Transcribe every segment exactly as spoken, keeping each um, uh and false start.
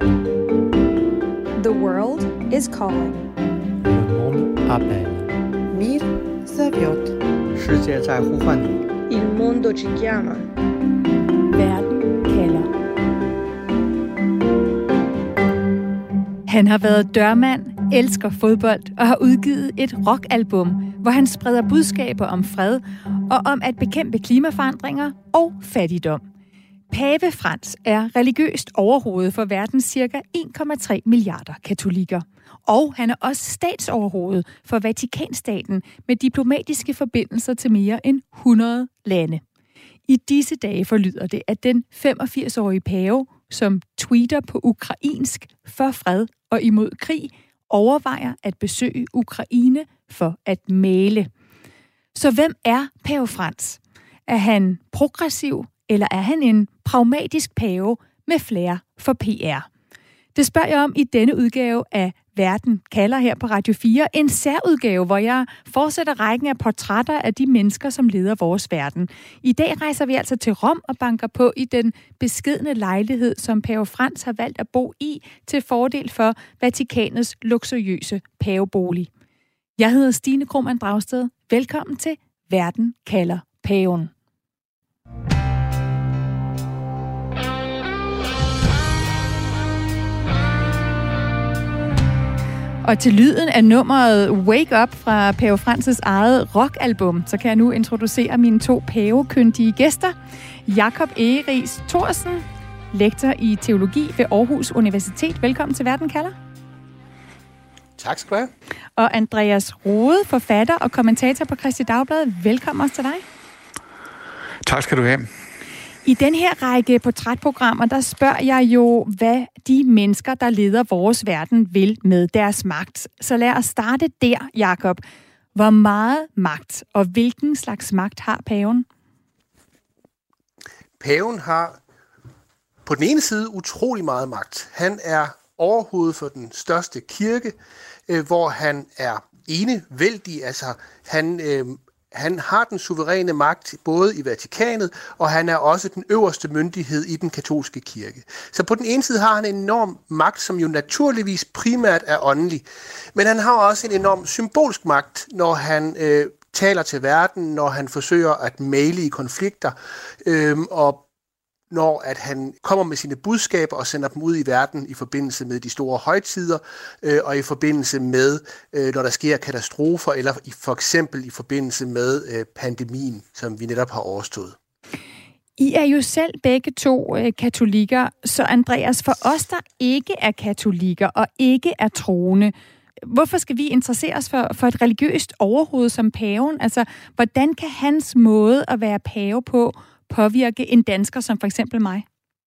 The world is calling. Le monde appelle. Мир зовет. 世界在呼唤你。 Il mondo ci chiama. Verden kalder. Han har været dørmand, elsker fodbold og har udgivet et rockalbum, hvor han spreder budskaber om fred og om at bekæmpe klimaforandringer og fattigdom. Pave Frans er religiøst overhoved for verdens cirka en komma tre milliarder katolikker. Og han er også statsoverhoved for Vatikanstaten med diplomatiske forbindelser til mere end hundrede lande. I disse dage forlyder det, at den femogfirs-årige pave, som tweeter på ukrainsk for fred og imod krig, overvejer at besøge Ukraine for at mægle. Så hvem er pave Frans? Er han progressiv, eller er han en pragmatisk pave med flair for P R? Det spørger jeg om i denne udgave af Verden kalder her på Radio fire. En særudgave, hvor jeg fortsætter rækken af portrætter af de mennesker, som leder vores verden. I dag rejser vi altså til Rom og banker på i den beskedne lejlighed, som pave Frans har valgt at bo i til fordel for Vatikanets luksuriøse pavebolig. Jeg hedder Stine Krohmann Dragsted. Velkommen til Verden kalder paven. Og til lyden af nummeret Wake Up fra pave Frans' eget rockalbum, så kan jeg nu introducere mine to pavekyndige gæster. Jakob Egeris Thorsen, lektor i teologi ved Aarhus Universitet. Velkommen til Verden kalder. Tak skal du have. Og Andreas Rode, forfatter og kommentator på Kristeligt Dagblad. Velkommen også til dig. Tak skal du have. I den her række portrætprogrammer, der spørger jeg jo, hvad de mennesker, der leder vores verden, vil med deres magt. Så lad os starte der, Jakob. Hvor meget magt, og hvilken slags magt har paven? Paven har på den ene side utrolig meget magt. Han er overhoved for den største kirke, hvor han er enevældig. Altså, han... Øh, Han har den suveræne magt både i Vatikanet, og han er også den øverste myndighed i den katolske kirke. Så på den ene side har han en enorm magt, som jo naturligvis primært er åndelig. Men han har også en enorm symbolsk magt, når han øh, taler til verden, når han forsøger at mægle i konflikter, øh, og når at han kommer med sine budskaber og sender dem ud i verden i forbindelse med de store højtider, øh, og i forbindelse med, øh, når der sker katastrofer, eller i, for eksempel i forbindelse med øh, pandemien, som vi netop har overstået. I er jo selv begge to øh, katolikker, så Andreas, for os, der ikke er katolikker og ikke er troende, hvorfor skal vi interessere os for, for et religiøst overhoved som paven? Altså, hvordan kan hans måde at være pave på påvirke en dansker som for eksempel mig?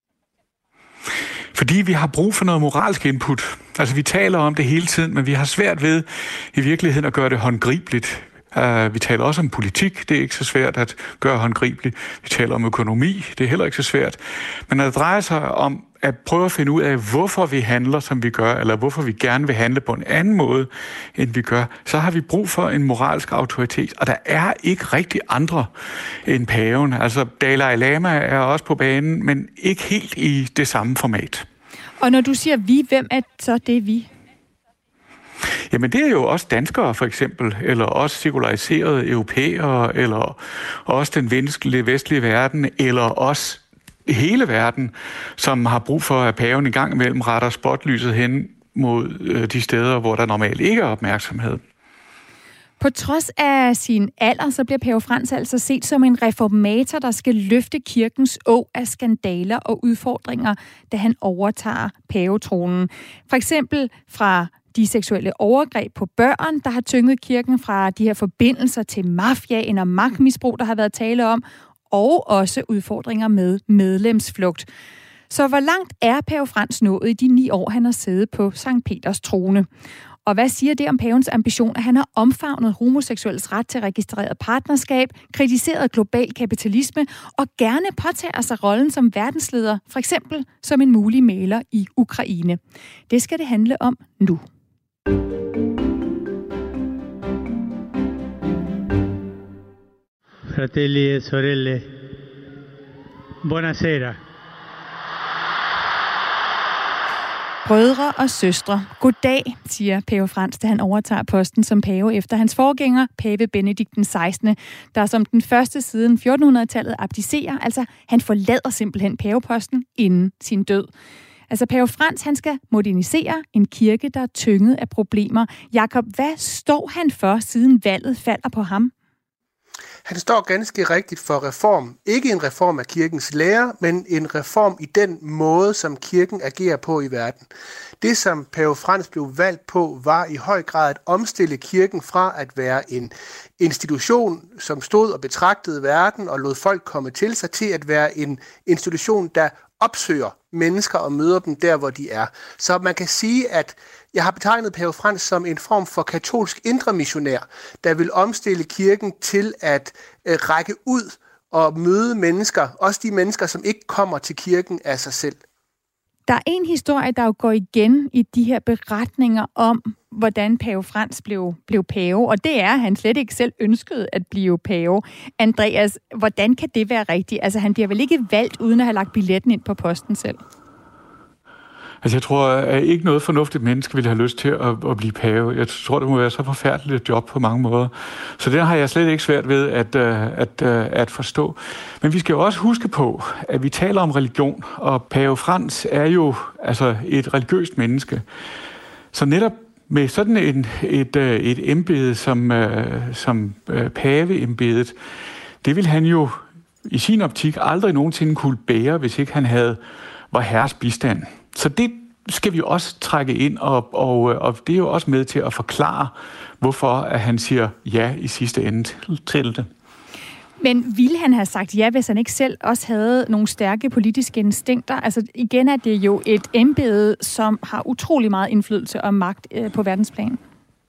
Fordi vi har brug for noget moralsk input. Altså, vi taler om det hele tiden, men vi har svært ved i virkeligheden at gøre det håndgribeligt. Uh, vi taler også om politik, det er ikke så svært at gøre håndgribeligt. Vi taler om økonomi, det er heller ikke så svært. Men når det drejer sig om at prøve at finde ud af, hvorfor vi handler, som vi gør, eller hvorfor vi gerne vil handle på en anden måde, end vi gør, så har vi brug for en moralsk autoritet. Og der er ikke rigtig andre end paven. Altså, Dalai Lama er også på banen, men ikke helt i det samme format. Og når du siger vi, hvem er så det vi? Jamen, det er jo også danskere, for eksempel, eller også sekulariserede europæere, eller også den vestlige, vestlige verden, eller også hele verden, som har brug for, at paven en gang imellem retter spotlyset hen mod øh, de steder, hvor der normalt ikke er opmærksomhed. På trods af sin alder, så bliver pave Frans altså set som en reformator, der skal løfte kirkens å af skandaler og udfordringer, da han overtager pavetronen. For eksempel fra de seksuelle overgreb på børn, der har tynget kirken, fra de her forbindelser til mafiaen og magtmisbrug, der har været tale om, og også udfordringer med medlemsflugt. Så hvor langt er pave Frans nået i de ni år, han har siddet på Sankt Peters trone? Og hvad siger det om pavens ambition, at han har omfavnet homoseksuelles ret til registreret partnerskab, kritiseret global kapitalisme og gerne påtager sig rollen som verdensleder, for eksempel som en mulig mægler i Ukraine? Det skal det handle om nu. Fratelli e sorelle, buonasera. Brødre og søstre, goddag, siger pave Frans, da han overtager posten som pave efter hans forgænger, pave Benedikt den sekstende, der som den første siden fjortenhundredetallet abdicerer, altså han forlader simpelthen paveposten inden sin død. Altså pave Frans, han skal modernisere en kirke, der er tynget af problemer. Jakob, hvad står han for, siden valget falder på ham? Han står ganske rigtigt for reform. Ikke en reform af kirkens lære, men en reform i den måde, som kirken agerer på i verden. Det, som pave Frans blev valgt på, var i høj grad at omstille kirken fra at være en institution, som stod og betragtede verden og lod folk komme til sig, til at være en institution, der opsøger mennesker og møder dem der, hvor de er. Så man kan sige, at jeg har betegnet pave Frans som en form for katolsk indre missionær, der vil omstille kirken til at øh, række ud og møde mennesker, også de mennesker, som ikke kommer til kirken af sig selv. Der er en historie, der jo går igen i de her beretninger om, hvordan pave Frans blev, blev pave, og det er, at han slet ikke selv ønskede at blive pave. Andreas, hvordan kan det være rigtigt? Altså, han bliver vel ikke valgt, uden at have lagt billetten ind på posten selv? Altså, jeg tror, at ikke noget fornuftigt menneske ville have lyst til at, at blive pave. Jeg tror, det må være så forfærdeligt et job på mange måder. Så det har jeg slet ikke svært ved at, at, at forstå. Men vi skal jo også huske på, at vi taler om religion, og pave Frans er jo altså et religiøst menneske. Så netop med sådan en, et, et embede som, som paveembedet, det vil han jo i sin optik aldrig nogensinde kunne bære, hvis ikke han havde var herres bistand. Så det skal vi også trække ind, og, og, og det er jo også med til at forklare, hvorfor at han siger ja i sidste ende til det. Men ville han have sagt ja, hvis han ikke selv også havde nogle stærke politiske instinkter? Altså igen er det jo et embede, som har utrolig meget indflydelse og magt øh, på verdensplan.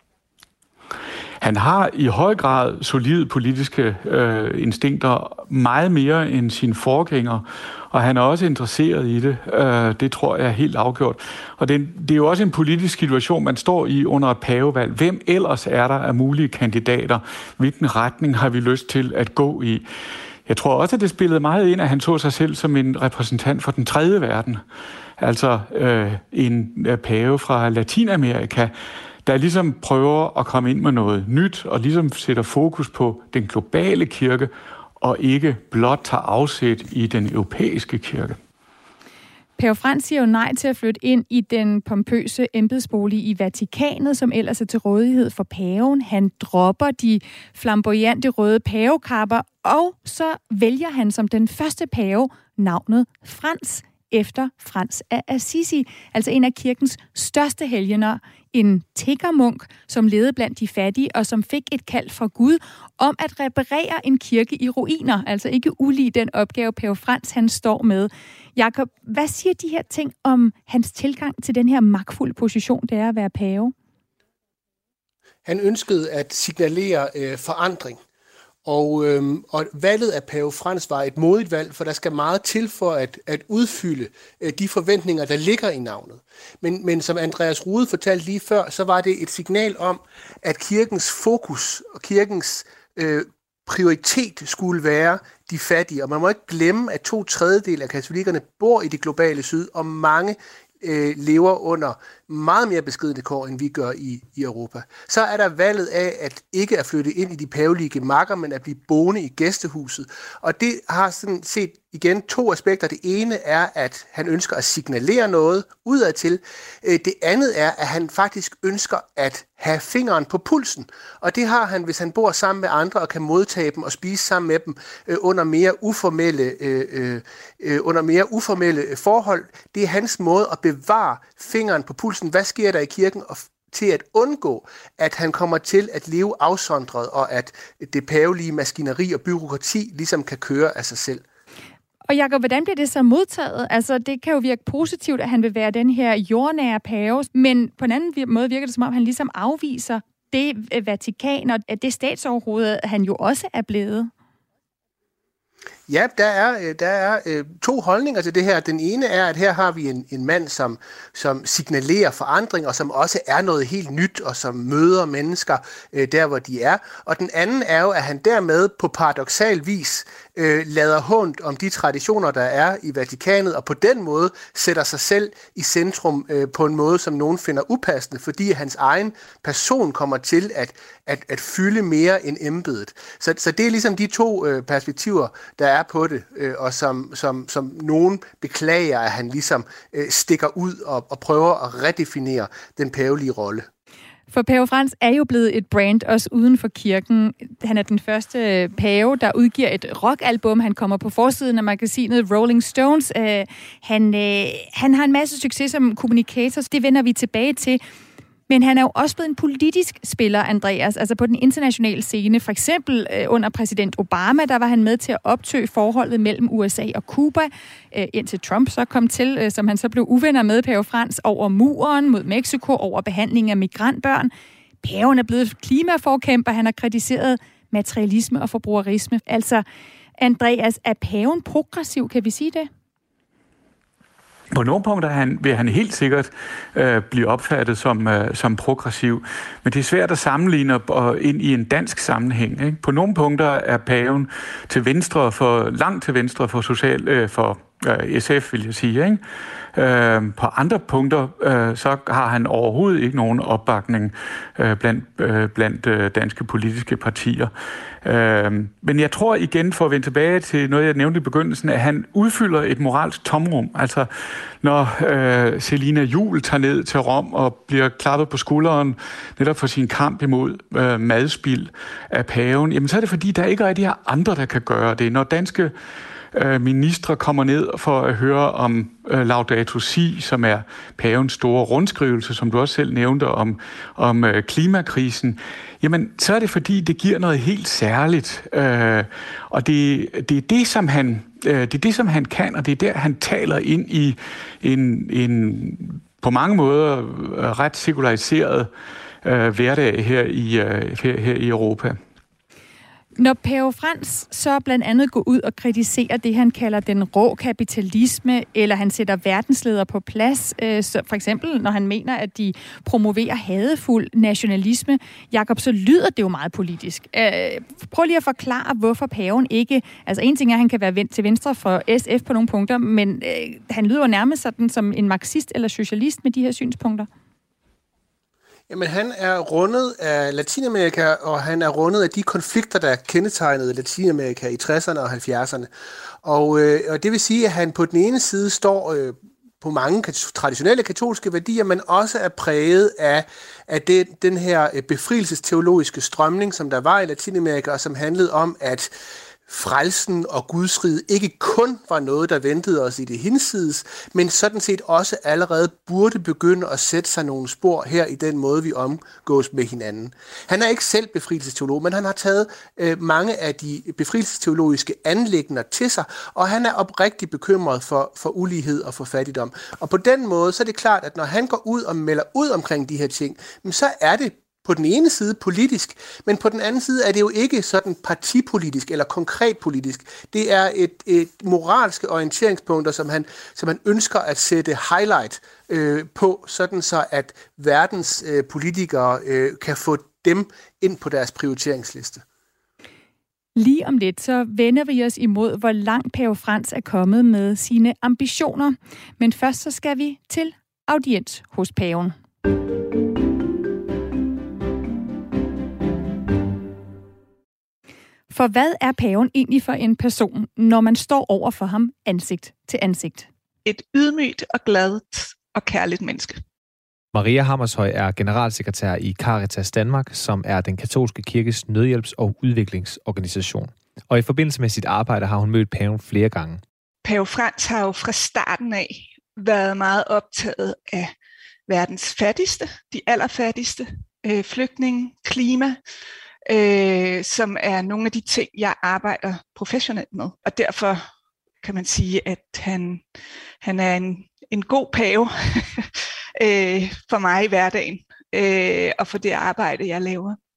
Han har i høj grad solide politiske øh, instinkter, meget mere end sine forgængere, og han er også interesseret i det. Øh, det tror jeg er helt afgjort. Og det, det er jo også en politisk situation, man står i under et pavevalg. Hvem ellers er der af mulige kandidater? Hvilken retning har vi lyst til at gå i? Jeg tror også, at det spillede meget ind, at han så sig selv som en repræsentant for den tredje verden. Altså øh, en pave fra Latinamerika, der ligesom prøver at komme ind med noget nyt, og ligesom sætter fokus på den globale kirke, og ikke blot tager afsæt i den europæiske kirke. Pave Frans siger jo nej til at flytte ind i den pompøse embedsbolig i Vatikanet, som ellers er til rådighed for paven. Han dropper de flamboyante røde pavekapper, og så vælger han som den første pave navnet Frans, efter Frans af Assisi, altså en af kirkens største helgener, en tiggermunk, som levede blandt de fattige, og som fik et kald fra Gud om at reparere en kirke i ruiner, altså ikke ulig den opgave, pave Frans han står med. Jakob, hvad siger de her ting om hans tilgang til den her magtfulde position, det er at være pave? Han ønskede at signalere øh, forandring. Og, øhm, og valget af pave Frans var et modigt valg, for der skal meget til for at, at udfylde øh, de forventninger, der ligger i navnet. Men, men som Andreas Rude fortalte lige før, så var det et signal om, at kirkens fokus og kirkens øh, prioritet skulle være de fattige. Og man må ikke glemme, at to tredjedel af katolikkerne bor i det globale syd, og mange øh, lever under meget mere beskedne kår, end vi gør i, i Europa. Så er der valget af at ikke at flytte ind i de pavelige gemakker, men at blive boende i gæstehuset. Og det har sådan set igen to aspekter. Det ene er, at han ønsker at signalere noget udadtil. Det andet er, at han faktisk ønsker at have fingeren på pulsen. Og det har han, hvis han bor sammen med andre og kan modtage dem og spise sammen med dem øh, under mere uformelle, øh, øh, under mere uformelle forhold. Det er hans måde at bevare fingeren på pulsen. Hvad sker der i kirken? Og til at undgå, at han kommer til at leve afsondret, og at det pavelige maskineri og byråkrati ligesom kan køre af sig selv. Og Jakob, hvordan bliver det så modtaget? Altså, det kan jo virke positivt, at han vil være den her jordnære pave, men på en anden måde virker det, som om han ligesom afviser det Vatikan og det statsoverhoved, han jo også er blevet. Ja, der er, der er øh, to holdninger til det her. Den ene er, at her har vi en, en mand, som, som signalerer forandring, og som også er noget helt nyt, og som møder mennesker øh, der, hvor de er. Og den anden er jo, at han dermed på paradoksal vis øh, lader hånd om de traditioner, der er i Vatikanet, og på den måde sætter sig selv i centrum øh, på en måde, som nogen finder upassende, fordi hans egen person kommer til at, at, at fylde mere end embedet. Så, så det er ligesom de to øh, perspektiver, der er på det, øh, og som, som, som nogen beklager, at han ligesom øh, stikker ud og, og prøver at redefinere den pavelige rolle. For Pave Frans er jo blevet et brand også uden for kirken. Han er den første pave, der udgiver et rockalbum. Han kommer på forsiden af magasinet Rolling Stones. Uh, han, uh, han har en masse succes som kommunikator, så det vender vi tilbage til. Men han er jo også blevet en politisk spiller, Andreas, altså på den internationale scene. For eksempel øh, under præsident Obama, der var han med til at optøge forholdet mellem U S A og Cuba, øh, indtil Trump så kom til, øh, som han så blev uvenner med Pave Frans over muren mod Mexico, over behandling af migrantbørn. Paven er blevet klimaforkæmper, han har kritiseret materialisme og forbrugerisme. Altså, Andreas, er paven progressiv, kan vi sige det? På nogle punkter han, vil han helt sikkert øh, blive opfattet som, øh, som progressiv, men det er svært at sammenligne og ind i en dansk sammenhæng. Ikke? På nogle punkter er paven til venstre, for langt til venstre for, social, øh, for øh, S F, vil jeg sige. Ikke? Øh, på andre punkter, øh, så har han overhovedet ikke nogen opbakning øh, blandt, øh, blandt øh, danske politiske partier. Øh, men jeg tror igen, for at vende tilbage til noget, jeg nævnte i begyndelsen, at han udfylder et moralsk tomrum. Altså, når øh, Selina Juhl tager ned til Rom og bliver klappet på skulderen netop for sin kamp imod øh, madspild af paven, jamen så er det fordi, der ikke er de her andre, der kan gøre det. Når danske øh, ministre kommer ned for at høre om øh, Laudato Si, som er pavens store rundskrivelse, som du også selv nævnte om, om øh, klimakrisen, jamen så er det fordi, det giver noget helt særligt. Øh, og det, det er det, som han det er det, som han kan, og det er der, han taler ind i en, en på mange måder ret sekulariseret øh, hverdag her i, øh, her, her i Europa. Når Pave Frans så blandt andet går ud og kritiserer det, han kalder den rå kapitalisme, eller han sætter verdensledere på plads, øh, så for eksempel når han mener, at de promoverer hadefuld nationalisme, Jakob, så lyder det jo meget politisk. Øh, prøv lige at forklare, hvorfor paven ikke... Altså en ting er, at han kan være vendt til venstre for S F på nogle punkter, men øh, han lyder jo nærmest sådan som en marxist eller socialist med de her synspunkter. Jamen, han er rundet af Latinamerika, og han er rundet af de konflikter, der kendetegnede Latinamerika i tresserne og halvfjerdserne. Og, øh, og det vil sige, at han på den ene side står øh, på mange traditionelle katolske værdier, men også er præget af, af den, den her befrielsesteologiske strømning, som der var i Latinamerika, og som handlede om, at frelsen og Gudsriget ikke kun var noget, der ventede os i det hinsides, men sådan set også allerede burde begynde at sætte sig nogle spor her i den måde, vi omgås med hinanden. Han er ikke selv befrielsesteolog, men han har taget øh, mange af de befrielsesteologiske anliggender til sig, og han er oprigtigt bekymret for, for ulighed og for fattigdom. Og på den måde, så er det klart, at når han går ud og melder ud omkring de her ting, så er det på den ene side politisk, men på den anden side er det jo ikke sådan partipolitisk eller konkret politisk. Det er et, et moralske orienteringspunkter, som han, som han ønsker at sætte highlight øh, på, sådan så at verdens øh, politikere øh, kan få dem ind på deres prioriteringsliste. Lige om lidt, så vender vi os imod, hvor langt Pave Frans er kommet med sine ambitioner. Men først så skal vi til audiens hos paven. For hvad er paven egentlig for en person, når man står over for ham ansigt til ansigt? Et ydmygt og glad og kærligt menneske. Maria Hammershøi er generalsekretær i Caritas Danmark, som er den katolske kirkes nødhjælps- og udviklingsorganisation. Og i forbindelse med sit arbejde har hun mødt paven flere gange. Pave Frans har jo fra starten af været meget optaget af verdens fattigste, de allerfattigste, øh, flygtninge, klima, Øh, som er nogle af de ting, jeg arbejder professionelt med. Og derfor kan man sige, at han, han er en, en god pave øh, for mig i hverdagen, øh, og for det arbejde, jeg laver.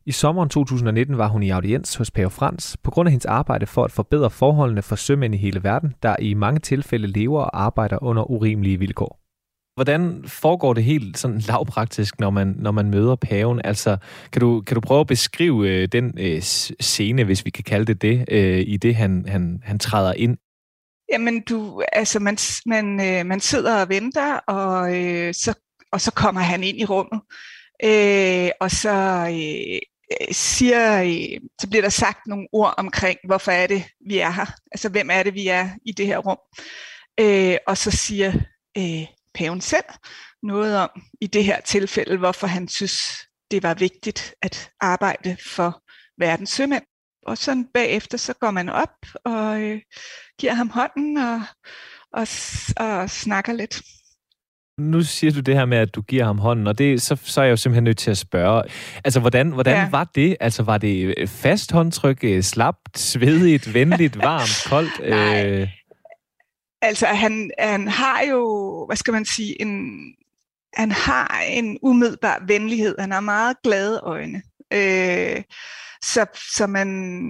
I sommeren to tusind nitten var hun i audiens hos Pave Frans på grund af hendes arbejde for at forbedre forholdene for sømænd i hele verden, der i mange tilfælde lever og arbejder under urimelige vilkår. Hvordan foregår det helt sådan lavpraktisk, når man, når man møder paven? Altså, kan du, kan du prøve at beskrive øh, den øh, scene, hvis vi kan kalde det det, øh, i det, han, han, han træder ind? Jamen, du, altså, man, man, øh, man sidder og venter, og, øh, så, og så kommer han ind i rummet. Øh, og så, øh, siger, øh, så bliver der sagt nogle ord omkring, hvorfor er det, vi er her? Altså, hvem er det, vi er i det her rum? Øh, og så siger øh, paven selv noget om, i det her tilfælde, hvorfor han synes, det var vigtigt at arbejde for verdens sømænd. Og sådan bagefter, så går man op og øh, giver ham hånden og, og, og snakker lidt. Nu siger du det her med, at du giver ham hånden, og det, så, så er jeg jo simpelthen nødt til at spørge. Altså, hvordan, hvordan ja. var det? Altså, var det fast håndtryk, slapt, svedigt, venligt, varmt, koldt? Nej. Øh... Altså, han, han har jo, hvad skal man sige, en, han har en umiddelbar venlighed. Han har meget glade øjne. Øh, så, så man...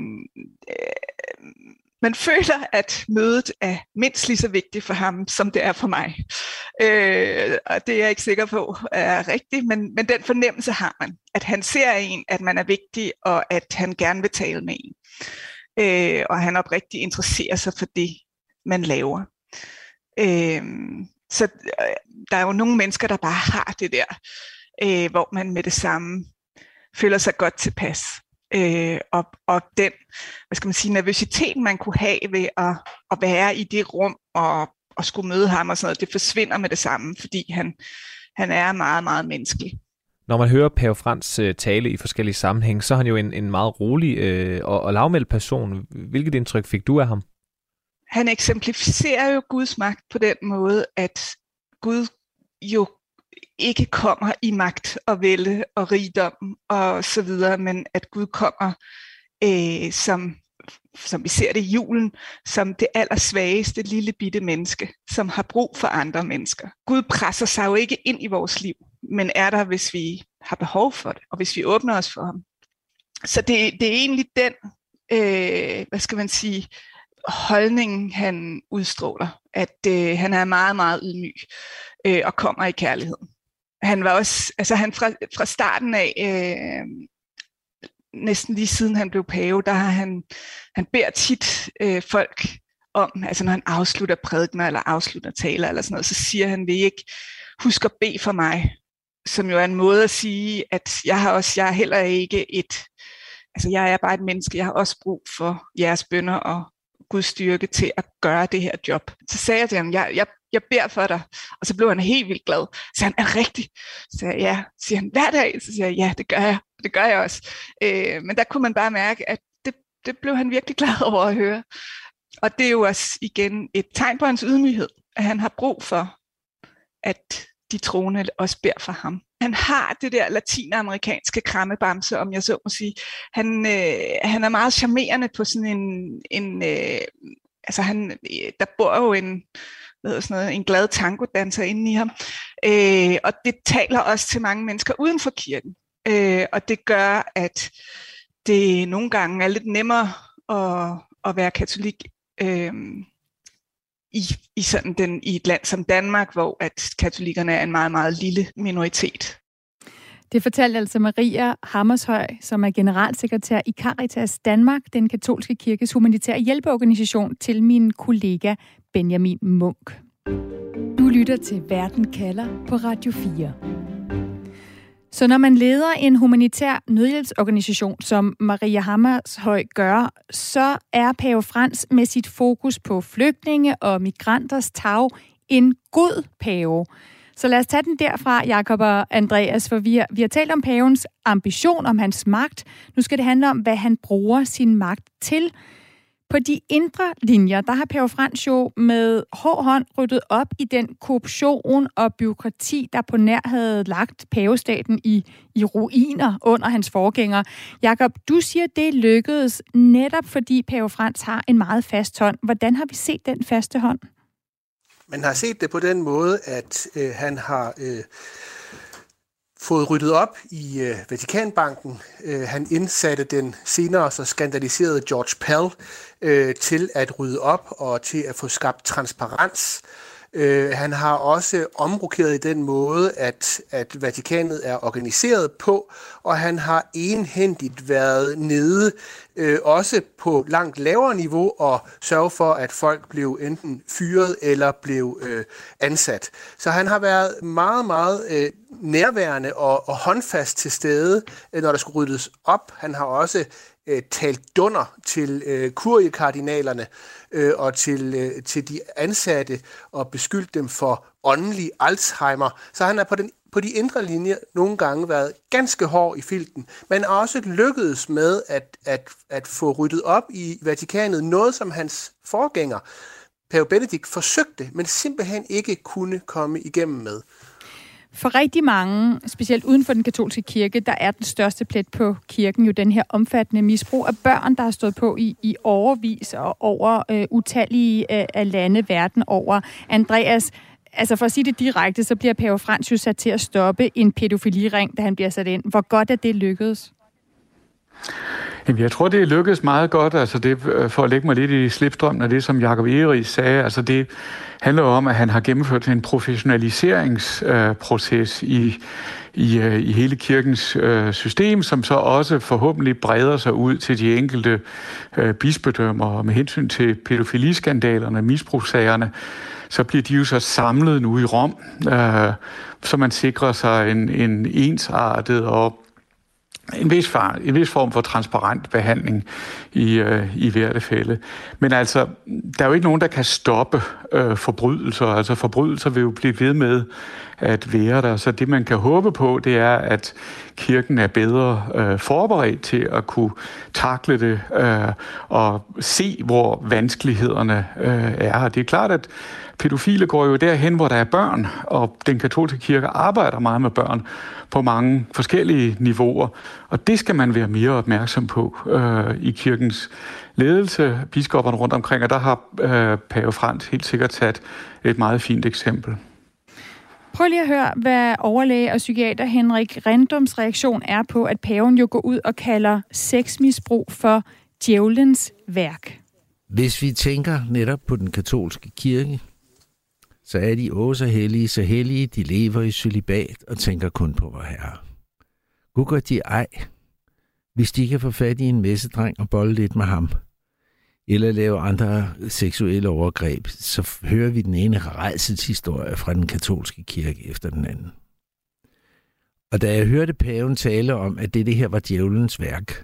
Øh, Man føler, at mødet er mindst lige så vigtigt for ham, som det er for mig. Øh, og det er jeg ikke sikker på er rigtigt, men, men den fornemmelse har man, at han ser en, at man er vigtig, og at han gerne vil tale med en. Øh, og han oprigtigt interesserer sig for det, man laver. Øh, så øh, der er jo nogle mennesker, der bare har det der, øh, hvor man med det samme føler sig godt tilpas. Øh, og, og den, hvad skal man sige, nervøsitet, man kunne have ved at, at være i det rum og, og skulle møde ham og sådan noget, det forsvinder med det samme, fordi han, han er meget, meget menneskelig. Når man hører Pave Frans øh, tale i forskellige sammenhænge, så er han jo en, en meget rolig øh, og, og lavmældt person. Hvilket indtryk fik du af ham? Han eksemplificerer jo Guds magt på den måde, at Gud jo ikke kommer i magt og vælde og rigdom og så videre, men at Gud kommer, øh, som, som vi ser det i julen, som det allersvageste lille bitte menneske, som har brug for andre mennesker. Gud presser sig jo ikke ind i vores liv, men er der, hvis vi har behov for det, og hvis vi åbner os for ham. Så det, det er egentlig den, øh, hvad skal man sige, holdningen, han udstråler, at øh, han er meget, meget ydmyg øh, og kommer i kærligheden. Han var også, altså han fra, fra starten af, øh, næsten lige siden han blev pave, der har han, han beder tit øh, folk om, altså når han afslutter prædikener eller afslutter taler eller sådan noget, så siger han, vil I ikke huske at bede for mig, som jo er en måde at sige, at jeg har også, jeg er heller ikke et, altså jeg er bare et menneske, jeg har også brug for jeres bønner og Guds styrke til at gøre det her job. Så sagde jeg til ham, jeg, jeg, jeg beder for dig, og så blev han helt vildt glad. Så han, er rigtigt? Så sagde jeg, ja. Så siger han, hver dag? Så siger jeg, ja, det gør jeg. Det gør jeg også. Øh, men der kunne man bare mærke, at det, det blev han virkelig glad over at høre. Og det er jo også igen et tegn på hans ydmyghed, at han har brug for, at de troende også beder for ham. Han har det der latinamerikanske krammebamse, om jeg så må sige. Han, øh, han er meget charmerende på sådan en, en øh, altså han, der bor jo en, hvad sådan noget, en glad tangodanser inde i ham. Øh, og det taler også til mange mennesker uden for kirken. Øh, og det gør, at det nogle gange er lidt nemmere at, at være katolik øh, i, i, sådan den, i et land som Danmark, hvor at katolikkerne er en meget, meget lille minoritet. Det fortalte altså Maria Hammershøi, som er generalsekretær i Caritas Danmark, den katolske kirkes humanitære hjælpeorganisation, til min kollega Benjamin Munk. Du lytter til Verden kalder på Radio fire. Så når man leder en humanitær nødhjælpsorganisation, som Maria Hammershøi gør, så er Pave Frans med sit fokus på flygtninge og migranters tag en god pave. Så lad os tage den derfra, Jakob og Andreas, for vi har, vi har talt om pavens ambition, om hans magt. Nu skal det handle om, hvad han bruger sin magt til. På de indre linjer, der har Pave Frans jo med hård hånd ryddet op i den korruption og byråkrati, der på nær havde lagt pavestaten i, i ruiner under hans forgænger. Jakob, du siger, det lykkedes netop fordi Pave Frans har en meget fast hånd. Hvordan har vi set den faste hånd? Man har set det på den måde, at øh, han har øh, fået ryddet op i øh, Vatikanbanken. Øh, han indsatte den senere så skandaliserede George Pell øh, til at rydde op og til at få skabt transparens. Øh, han har også omrokeret i den måde, at, at Vatikanet er organiseret på, og han har enhændigt været nede, øh, også på langt lavere niveau, og sørge for, at folk blev enten fyret eller blev øh, ansat. Så han har været meget, meget øh, nærværende og, og håndfast til stede, øh, når der skulle ryddes op. Han har også øh, talt dunder til øh, kuriekardinalerne øh, og til, øh, til de ansatte og beskyldt dem for åndelig Alzheimer. Så han er på den på de indre linjer nogle gange været ganske hård i filten, men også lykkedes med at, at, at få ryddet op i Vatikanet, noget som hans forgænger, Pave Benedikt, forsøgte, men simpelthen ikke kunne komme igennem med. For rigtig mange, specielt uden for den katolske kirke, der er den største plet på kirken jo den her omfattende misbrug af børn, der har stået på i, i årevis og over øh, utallige øh, af lande verden over. Andreas, altså for at sige det direkte, så bliver Pave Frans jo sat til at stoppe en pædofiliring, da han bliver sat ind. Hvor godt er det lykkedes? Jamen, jeg tror, det lykkedes meget godt, altså det, for at lægge mig lidt i slipstrømmen af det, som Jakob Egeris sagde. Altså det handler om, at han har gennemført en professionaliseringsproces i, i, i hele kirkens øh, system, som så også forhåbentlig breder sig ud til de enkelte øh, bispedømmer. Med hensyn til pædofiliskandalerne, misbrugssagerne, så bliver de jo så samlet nu i Rom, øh, så man sikrer sig en, en ensartet og En vis, far, en vis form for transparent behandling i, øh, i hvert fælde. Men altså, der er jo ikke nogen, der kan stoppe øh, forbrydelser. Altså, forbrydelser vil jo blive ved med at være der. Så det, man kan håbe på, det er, at kirken er bedre øh, forberedt til at kunne takle det øh, og se, hvor vanskelighederne øh, er. Det er klart, at pædofile går jo derhen, hvor der er børn, og den katolske kirke arbejder meget med børn på mange forskellige niveauer, og det skal man være mere opmærksom på øh, i kirkens ledelse, biskopperne rundt omkring, og der har øh, Pave Frans helt sikkert sat et meget fint eksempel. Prøv lige at høre, hvad overlæge og psykiater Henrik Rindums reaktion er på, at paven jo går ud og kalder sexmisbrug for djævelens værk. Hvis vi tænker netop på den katolske kirke, så er de også hellige, så hellige, de lever i cølibat og tænker kun på vor Herre. Gud gør de ej, hvis de kan få fat i en messedreng og bolle lidt med ham, eller lave andre seksuelle overgreb, så hører vi den ene rædselshistorie fra den katolske kirke efter den anden. Og da jeg hørte paven tale om, at det, det her var djævelens værk,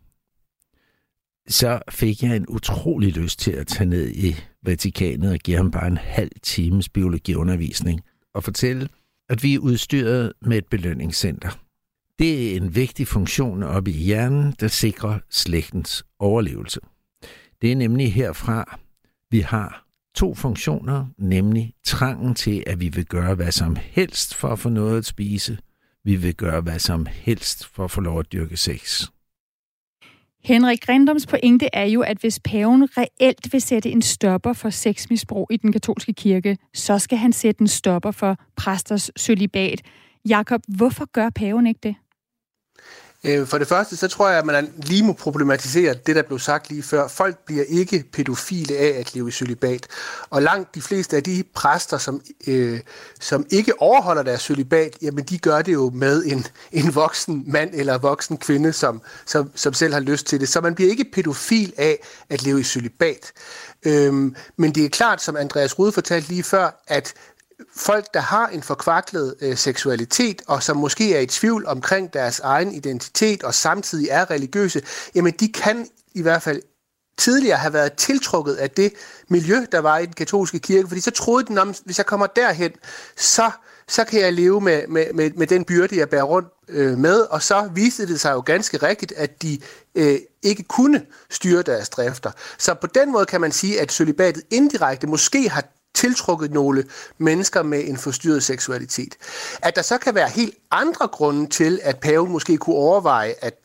så fik jeg en utrolig lyst til at tage ned i Vatikanet og give ham bare en halv times biologiundervisning og fortælle, at vi er udstyret med et belønningscenter. Det er en vigtig funktion oppe i hjernen, der sikrer slægtens overlevelse. Det er nemlig herfra, vi har to funktioner, nemlig trangen til, at vi vil gøre hvad som helst for at få noget at spise. Vi vil gøre hvad som helst for at få lov at dyrke sex. Henrik Rindums pointe er jo, at hvis paven reelt vil sætte en stopper for sexmisbrug i den katolske kirke, så skal han sætte en stopper for præsters cølibat. Jakob, hvorfor gør paven ikke det? For det første, så tror jeg, at man lige må problematisere det, der blev sagt lige før. Folk bliver ikke pædofile af at leve i cølibat. Og langt de fleste af de præster, som, øh, som ikke overholder deres cølibat, jamen de gør det jo med en, en voksen mand eller voksen kvinde, som, som, som selv har lyst til det. Så man bliver ikke pædofil af at leve i cølibat. Øhm, men det er klart, som Andreas Rude fortalte lige før, at folk, der har en forkvaklet øh, seksualitet, og som måske er i tvivl omkring deres egen identitet, og samtidig er religiøse, jamen de kan i hvert fald tidligere have været tiltrukket af det miljø, der var i den katolske kirke, fordi så troede de, at hvis jeg kommer derhen, så, så kan jeg leve med, med, med, med den byrde, jeg bærer rundt øh, med, og så viste det sig jo ganske rigtigt, at de øh, ikke kunne styre deres drifter. Så på den måde kan man sige, at cølibatet indirekte måske har tiltrukket nogle mennesker med en forstyrret seksualitet. At der så kan være helt andre grunde til, at paven måske kunne overveje at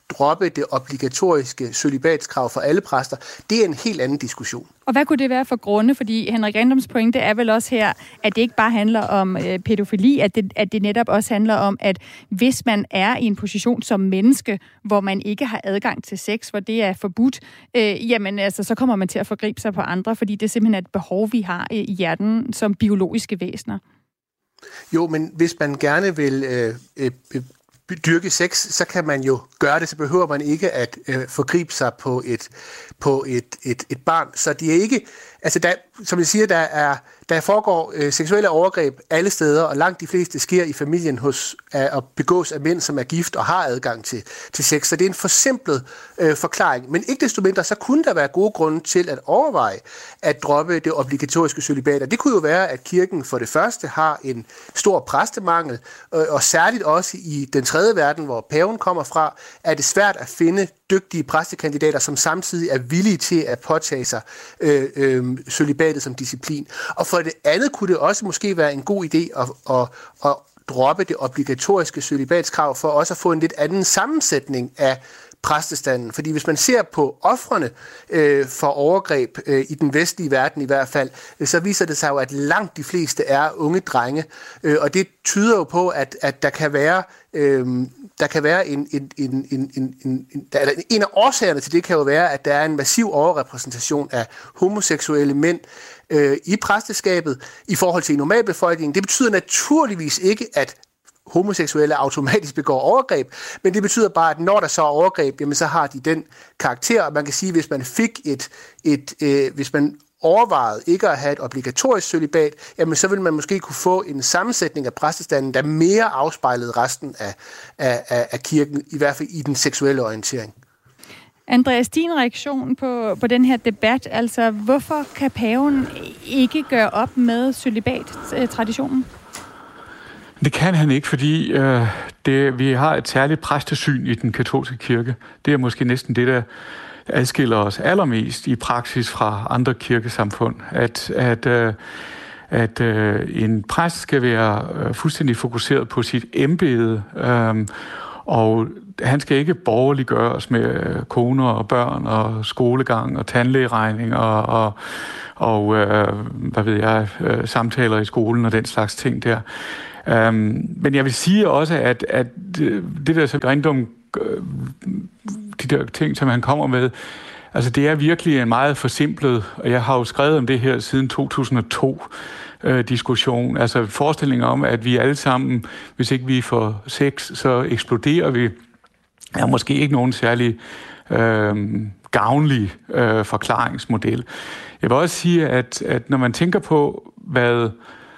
droppe det obligatoriske cølibatskrav for alle præster, det er en helt anden diskussion. Og hvad kunne det være for grunde? Fordi Henrik Rindums pointe er vel også her, at det ikke bare handler om øh, pædofili, at det, at det netop også handler om, at hvis man er i en position som menneske, hvor man ikke har adgang til sex, hvor det er forbudt, øh, jamen altså, så kommer man til at forgribe sig på andre, fordi det er simpelthen et behov, vi har i hjernen som biologiske væsener. Jo, men hvis man gerne vil øh, øh, dyrke sex, så kan man jo gøre det, så behøver man ikke at øh, forgribe sig på et på et, et, et barn. Så det er ikke, altså der, som jeg siger, der er der foregår øh, seksuelle overgreb alle steder, og langt de fleste sker i familien hos af, og begås af mænd, som er gift og har adgang til, til sex. Så det er en forsimplet øh, forklaring. Men ikke desto mindre, så kunne der være gode grunde til at overveje at droppe det obligatoriske cølibat. Og det kunne jo være, at kirken for det første har en stor præstemangel, øh, og særligt også i den tredje verden, hvor paven kommer fra, er det svært at finde dygtige præstekandidater, som samtidig er villige til at påtage sig øh, øh, cølibatet som disciplin. Og for det andet kunne det også måske være en god idé at, at, at droppe det obligatoriske cølibatskrav for også at få en lidt anden sammensætning af præstestanden. Fordi hvis man ser på ofrene øh, for overgreb øh, i den vestlige verden i hvert fald, øh, så viser det sig jo, at langt de fleste er unge drenge. Øh, og det tyder jo på, at, at der kan være øh, der kan være en en en en en en der, eller en af årsagerne til det kan jo være, at der er en massiv overrepræsentation af homoseksuelle mænd øh, i præsteskabet i forhold til normalbefolkningen. Det betyder naturligvis ikke, at homoseksuelle automatisk begår overgreb, men det betyder bare, at når der så er overgreb, jamen så har de den karakter, og man kan sige, at hvis man fik et, et øh, hvis man overvejede ikke at have et obligatorisk cølibat, jamen så vil man måske kunne få en sammensætning af præstestanden, der mere afspejlede resten af, af, af, af kirken, i hvert fald i den seksuelle orientering. Andreas, din reaktion på, på den her debat, altså hvorfor kan paven ikke gøre op med cølibat-traditionen? Det kan han ikke, fordi øh, det, vi har et særligt præstesyn i den katolske kirke. Det er måske næsten det, der adskiller os allermest i praksis fra andre kirkesamfund. At, at, øh, at øh, en præst skal være øh, fuldstændig fokuseret på sit embede, øh, og han skal ikke borgerliggøres med koner og børn og skolegang og tandlægeregning og, og, og øh, hvad ved jeg, øh, samtaler i skolen og den slags ting der. Um, men jeg vil sige også, at, at det der så Grindum, de der ting, som han kommer med, altså det er virkelig en meget forsimplet, og jeg har jo skrevet om det her siden to tusind og to uh, diskussion, altså forestillinger om, at vi alle sammen, hvis ikke vi får sex, så eksploderer vi, er måske ikke nogen særlig uh, gavnlig uh, forklaringsmodel. Jeg vil også sige, at, at når man tænker på, hvad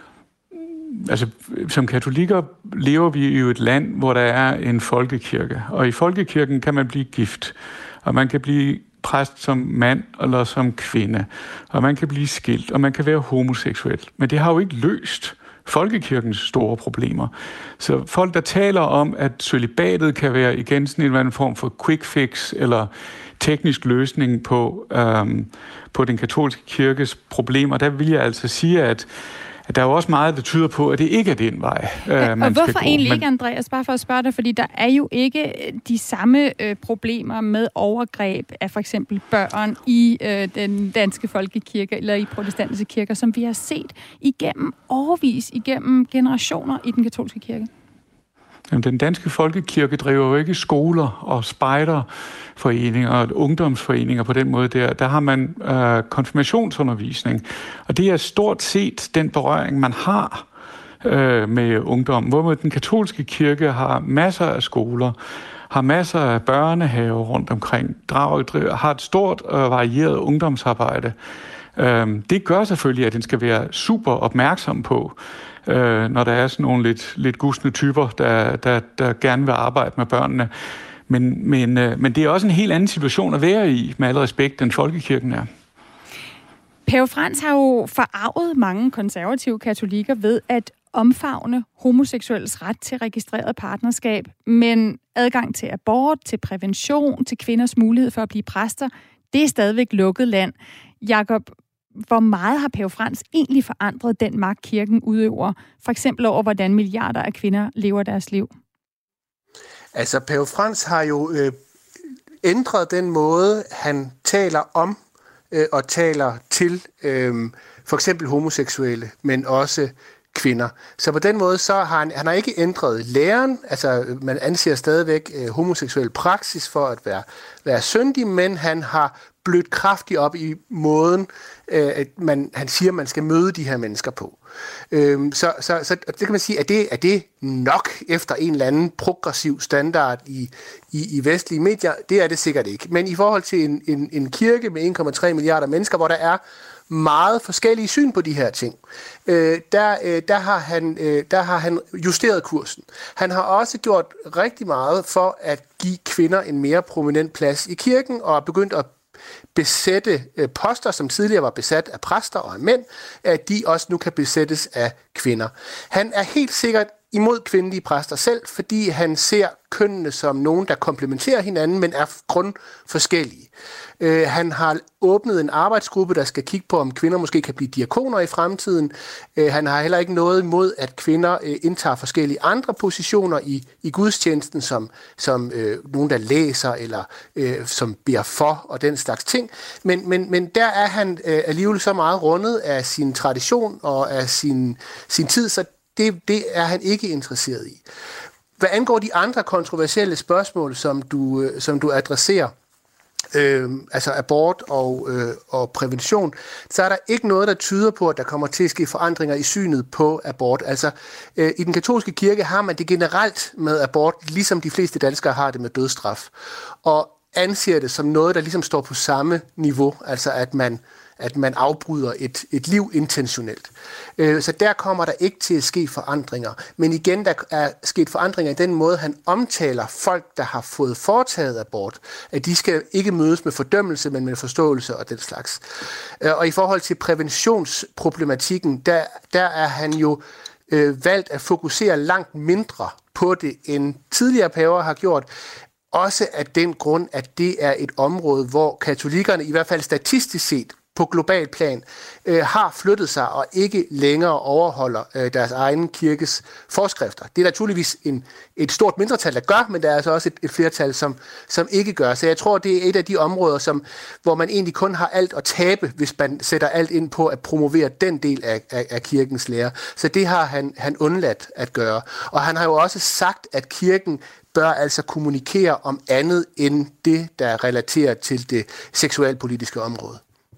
altså, som katolikker lever vi i et land, hvor der er en folkekirke. Og i folkekirken kan man blive gift. Og man kan blive præst som mand eller som kvinde. Og man kan blive skilt, og man kan være homoseksuel. Men det har jo ikke løst folkekirkens store problemer. Så folk, der taler om, at cølibatet kan være igen sådan en eller anden form for quick fix, eller teknisk løsning på, øhm, på den katolske kirkes problemer, der vil jeg altså sige, at der er jo også meget, der tyder på, at det ikke er den vej, ja, man og hvorfor skal gå. egentlig Men... ikke, Andreas? Bare for at spørge dig, fordi der er jo ikke de samme øh, problemer med overgreb af for eksempel børn i øh, den danske folkekirke eller i protestantiske kirker, som vi har set igennem årevis, igennem generationer i den katolske kirke. Jamen, den danske folkekirke driver jo ikke skoler og spejderforeninger og ungdomsforeninger på den måde der. Der har man øh, konfirmationsundervisning, og det er stort set den berøring, man har øh, med ungdom. Hvor den katolske kirke har masser af skoler, har masser af børnehaver rundt omkring, drager, har et stort og varieret ungdomsarbejde. Øh, det gør selvfølgelig, at den skal være super opmærksom på, Øh, når der er sådan nogle lidt, lidt gusne typer, der, der, der gerne vil arbejde med børnene. Men, men, øh, men det er også en helt anden situation at være i, med al respekt, den folkekirken er. Pave Frans har jo forarvet mange konservative katolikker ved at omfavne homoseksuelles ret til registreret partnerskab, men adgang til abort, til prævention, til kvinders mulighed for at blive præster, det er stadigvæk lukket land. Jakob, hvor meget har Pave Frans egentlig forandret den magt, kirken udøver, for eksempel over, hvordan milliarder af kvinder lever deres liv? Altså, Pave Frans har jo øh, ændret den måde, han taler om øh, og taler til øh, for eksempel homoseksuelle, men også kvinder. Så på den måde, så har han, han har ikke ændret læren, altså man anser stadigvæk øh, homoseksuel praksis for at være, være syndig, men han har blødt kraftigt op i måden, øh, at man, han siger, at man skal møde de her mennesker på. Øh, så, så, så det kan man sige, at det, er det nok efter en eller anden progressiv standard i, i, i vestlige medier? Det er det sikkert ikke. Men i forhold til en, en, en kirke med en komma tre milliarder mennesker, hvor der er meget forskellige syn på de her ting. Øh, der, øh, der, har han, øh, der har han justeret kursen. Han har også gjort rigtig meget for at give kvinder en mere prominent plads i kirken, og er begyndt at besætte øh, poster, som tidligere var besat af præster og af mænd, at de også nu kan besættes af kvinder. Han er helt sikkert imod kvindelige præster selv, fordi han ser kønnene som nogen, der komplementerer hinanden, men er grundforskellige. Øh, han har åbnet en arbejdsgruppe, der skal kigge på, om kvinder måske kan blive diakoner i fremtiden. Øh, han har heller ikke noget imod, at kvinder øh, indtager forskellige andre positioner i, i gudstjenesten, som, som øh, nogen, der læser eller øh, som beder for og den slags ting. Men, men, men der er han øh, alligevel så meget rundet af sin tradition og af sin, sin tid, så det, det er han ikke interesseret i. Hvad angår de andre kontroversielle spørgsmål, som du, øh, som du adresserer, Øh, altså abort og, øh, og prævention, så er der ikke noget, der tyder på, at der kommer til at ske forandringer i synet på abort. Altså, øh, i den katolske kirke har man det generelt med abort, ligesom de fleste danskere har det med dødsstraf, og anser det som noget, der ligesom står på samme niveau, altså at man at man afbryder et, et liv intentionelt. Øh, så der kommer der ikke til at ske forandringer. Men igen, der er sket forandringer i den måde, han omtaler folk, der har fået foretaget abort, at de skal ikke mødes med fordømmelse, men med forståelse og den slags. Øh, og i forhold til præventionsproblematikken, der, der er han jo øh, valgt at fokusere langt mindre på det, end tidligere paver har gjort. Også af den grund, at det er et område, hvor katolikkerne, i hvert fald statistisk set, på global plan, øh, har flyttet sig og ikke længere overholder øh, deres egen kirkes forskrifter. Det er naturligvis en, et stort mindretal, der gør, men der er altså også et, et flertal, som, som ikke gør. Så jeg tror, det er et af de områder, som, hvor man egentlig kun har alt at tabe, hvis man sætter alt ind på at promovere den del af, af, af kirkens lære. Så det har han, han undladt at gøre. Og han har jo også sagt, at kirken bør altså kommunikere om andet end det, der er relateret til det seksualpolitiske område.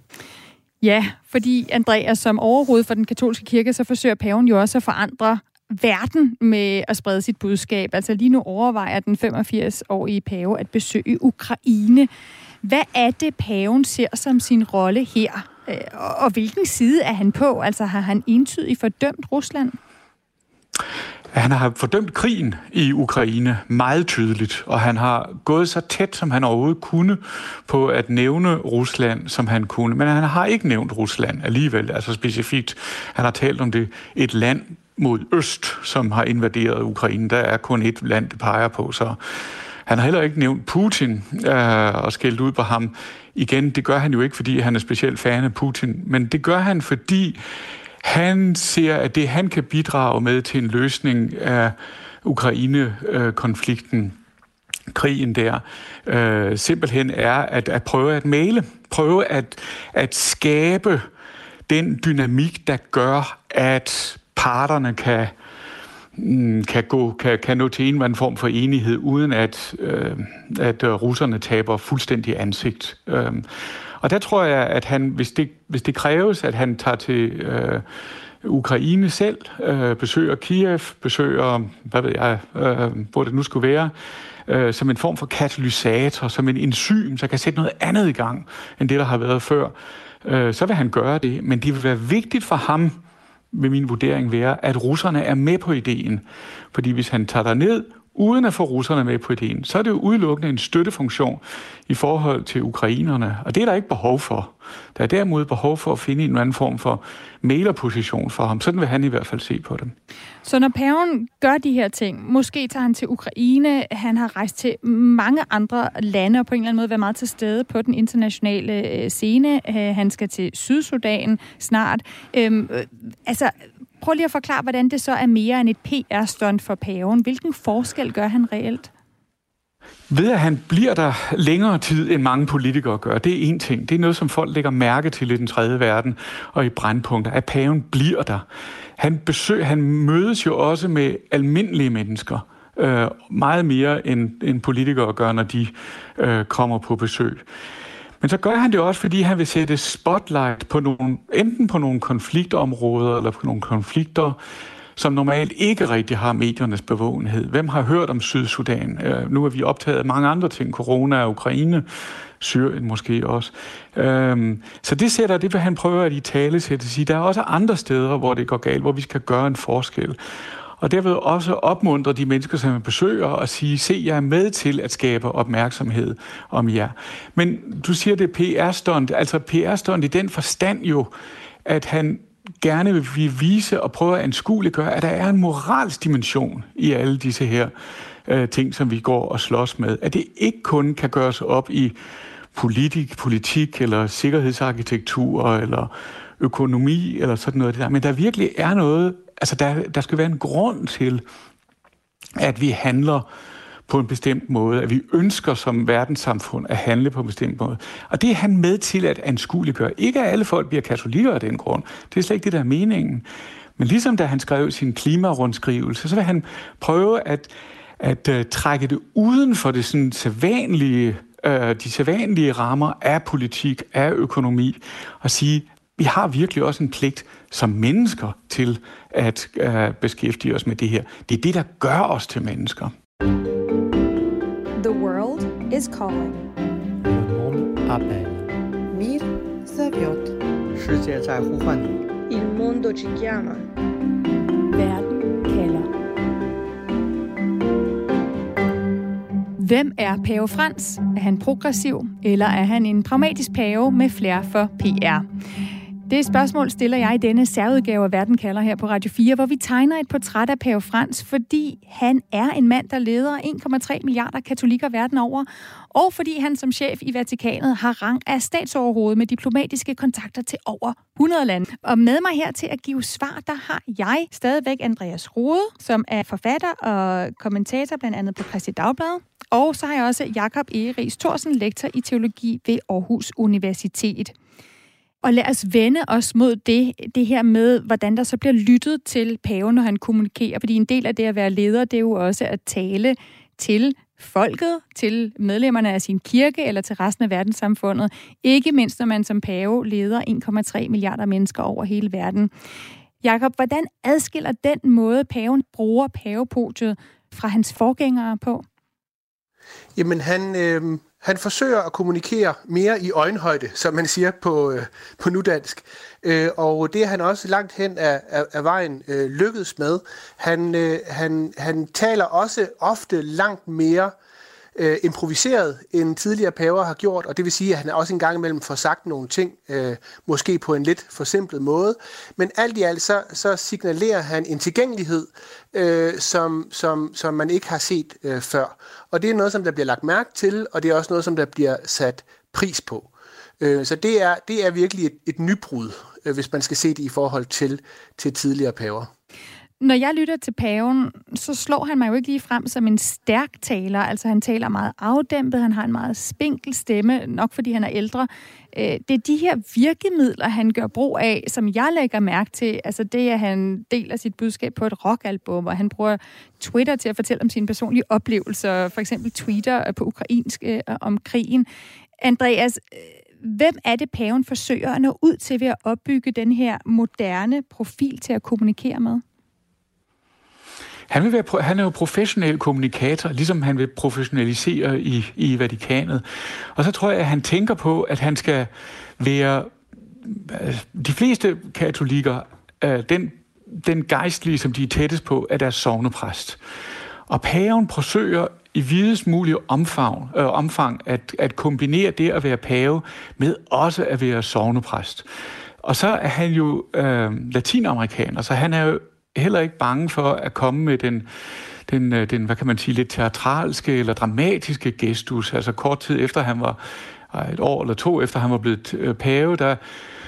Ja, fordi Andreas, som overhoved for den katolske kirke, så forsøger paven jo også at forandre verden med at sprede sit budskab. Altså lige nu overvejer den femogfirs-årige pave at besøge Ukraine. Hvad er det, paven ser som sin rolle her? Og hvilken side er han på? Altså har han entydigt fordømt Rusland? Han har fordømt krigen i Ukraine meget tydeligt, og han har gået så tæt, som han overhovedet kunne, på at nævne Rusland, som han kunne. Men han har ikke nævnt Rusland alligevel, altså specifikt. Han har talt om det et land mod øst, som har invaderet Ukraine. Der er kun et land, det peger på, så han har heller ikke nævnt Putin øh, og skældt ud på ham. Igen, det gør han jo ikke, fordi han er specielt fan af Putin, men det gør han, fordi han ser, at det, han kan bidrage med til en løsning af Ukraine-konflikten, krigen der, øh, simpelthen er at, at prøve at mægle, prøve at, at skabe den dynamik, der gør, at parterne kan, kan, gå, kan, kan nå til en eller anden form for enighed, uden at, øh, at russerne taber fuldstændig ansigt. Øh, Og der tror jeg, at han, hvis det, hvis det kræves, at han tager til øh, Ukraine selv, øh, besøger Kiev, besøger, hvad ved jeg, øh, hvor det nu skulle være, øh, som en form for katalysator, som en enzym, så kan sætte noget andet i gang, end det, der har været før, øh, så vil han gøre det. Men det vil være vigtigt for ham, vil min vurdering være, at russerne er med på ideen. Fordi hvis han tager ned uden at få russerne med på ideen, så er det jo udelukkende en støttefunktion i forhold til ukrainerne, og det er der ikke behov for. Der er derimod behov for at finde en anden form for mæglerposition for ham. Sådan vil han i hvert fald se på dem. Så når paven gør de her ting, måske tager han til Ukraine, han har rejst til mange andre lande og på en eller anden måde været meget til stede på den internationale scene. Han skal til Sydsudan snart. Øhm, altså, prøv lige at forklare, hvordan det så er mere end et P R-stunt for paven. Hvilken forskel gør han reelt? Ved at han bliver der længere tid, end mange politikere gør, det er en ting. Det er noget, som folk lægger mærke til i den tredje verden og i brandpunkter, at paven bliver der. Han, besøg, han mødes jo også med almindelige mennesker, øh, meget mere end, end politikere gør, når de øh, kommer på besøg. Men så gør han det også, fordi han vil sætte spotlight på nogle, enten på nogle konfliktområder eller på nogle konflikter, som normalt ikke rigtig har mediernes bevågenhed. Hvem har hørt om Sydsudan? Uh, nu er vi optaget af mange andre ting. Corona, Ukraine, Syrien måske også. Uh, så det sætter, det vil han prøve at i tale sætte sige. Der er også andre steder, hvor det går galt, hvor vi skal gøre en forskel. Og derved også opmuntre de mennesker, som man besøger, og sige, se, jeg er med til at skabe opmærksomhed om jer. Men du siger, det er P R-stunt. Altså P R-stunt i den forstand jo, at han gerne vil vise og prøve at anskueliggøre, at der er en moralsk dimension i alle disse her øh, ting, som vi går og slås med. At det ikke kun kan gøres op i politik, politik eller sikkerhedsarkitektur eller økonomi eller sådan noget. Der. Men der virkelig er noget, altså der, der skal være en grund til, at vi handler på en bestemt måde, at vi ønsker som verdenssamfund at handle på en bestemt måde. Og det er han med til at anskueliggøre. Ikke at alle folk bliver katolikker af den grund. Det er slet ikke det, der er meningen. Men ligesom da han skrev sin klimarundskrivelse, så vil han prøve at, at uh, trække det uden for det sådan sædvanlige, uh, de sædvanlige rammer af politik, af økonomi, og sige, vi har virkelig også en pligt som mennesker til at uh, beskæftige os med det her. Det er det, der gør os til mennesker. The world is calling. Le monde appelle. Мир зовет. 世界在呼唤你。 Il mondo ci chiama. Verden kalder. Hvem er Pave Frans? Er han progressiv, eller er han en pragmatisk pave med flair for P R? Det spørgsmål stiller jeg i denne særudgave af Verden kalder her på Radio fire, hvor vi tegner et portræt af Pave Frans, fordi han er en mand, der leder en komma tre milliarder katolikker verden over, og fordi han som chef i Vatikanet har rang af statsoverhoved med diplomatiske kontakter til over hundrede lande. Og med mig her til at give svar, der har jeg stadigvæk Andreas Rode, som er forfatter og kommentator blandt andet på Kristi Dagblad. Og så har jeg også Jakob Egeris Thorsen, lektor i teologi ved Aarhus Universitet. Og lad os vende os mod det, det her med, hvordan der så bliver lyttet til paven, når han kommunikerer. Fordi en del af det at være leder, det er jo også at tale til folket, til medlemmerne af sin kirke eller til resten af verdenssamfundet. Ikke mindst, når man som pave leder en komma tre milliarder mennesker over hele verden. Jakob, hvordan adskiller den måde, paven bruger pavepodiet fra hans forgængere på? Jamen, han... Øh... Han forsøger at kommunikere mere i øjenhøjde, som man siger på, øh, på nudansk. Øh, og det er han også langt hen af, af, af vejen øh, lykkedes med. Han, øh, han, han taler også ofte langt mere øh, improviseret, end tidligere paver har gjort. Og det vil sige, at han også en gang imellem får sagt nogle ting, øh, måske på en lidt forsimplet måde. Men alt i alt så, så signalerer han en tilgængelighed, øh, som, som, som man ikke har set øh, før. Og det er noget, som der bliver lagt mærke til, og det er også noget, som der bliver sat pris på. Så det er, det er virkelig et, et nybrud, hvis man skal se det i forhold til, til tidligere paver. Når jeg lytter til paven, så slår han mig jo ikke lige frem som en stærk taler. Altså han taler meget afdæmpet, han har en meget spinkel stemme, nok fordi han er ældre. Det er de her virkemidler, han gør brug af, som jeg lægger mærke til. Altså det, at han deler sit budskab på et rockalbum, og han bruger Twitter til at fortælle om sine personlige oplevelser. For eksempel tweeter på ukrainsk om krigen. Andreas, hvem er det, paven forsøger at nå ud til ved at opbygge den her moderne profil til at kommunikere med? Han, vil være, han er jo professionel kommunikator, ligesom han vil professionalisere i, i Vatikanet. Og så tror jeg, at han tænker på, at han skal være... De fleste katolikker, den, den gejstlige, som de er tættest på, er deres sognepræst. Og paven forsøger i videst mulig omfang, øh, omfang at, at kombinere det at være pave med også at være sognepræst. Og så er han jo øh, latinamerikaner, så han er jo heller ikke bange for at komme med den, den, den, hvad kan man sige, lidt teatralske eller dramatiske gestus. Altså kort tid efter han var, et år eller to efter han var blevet pave, der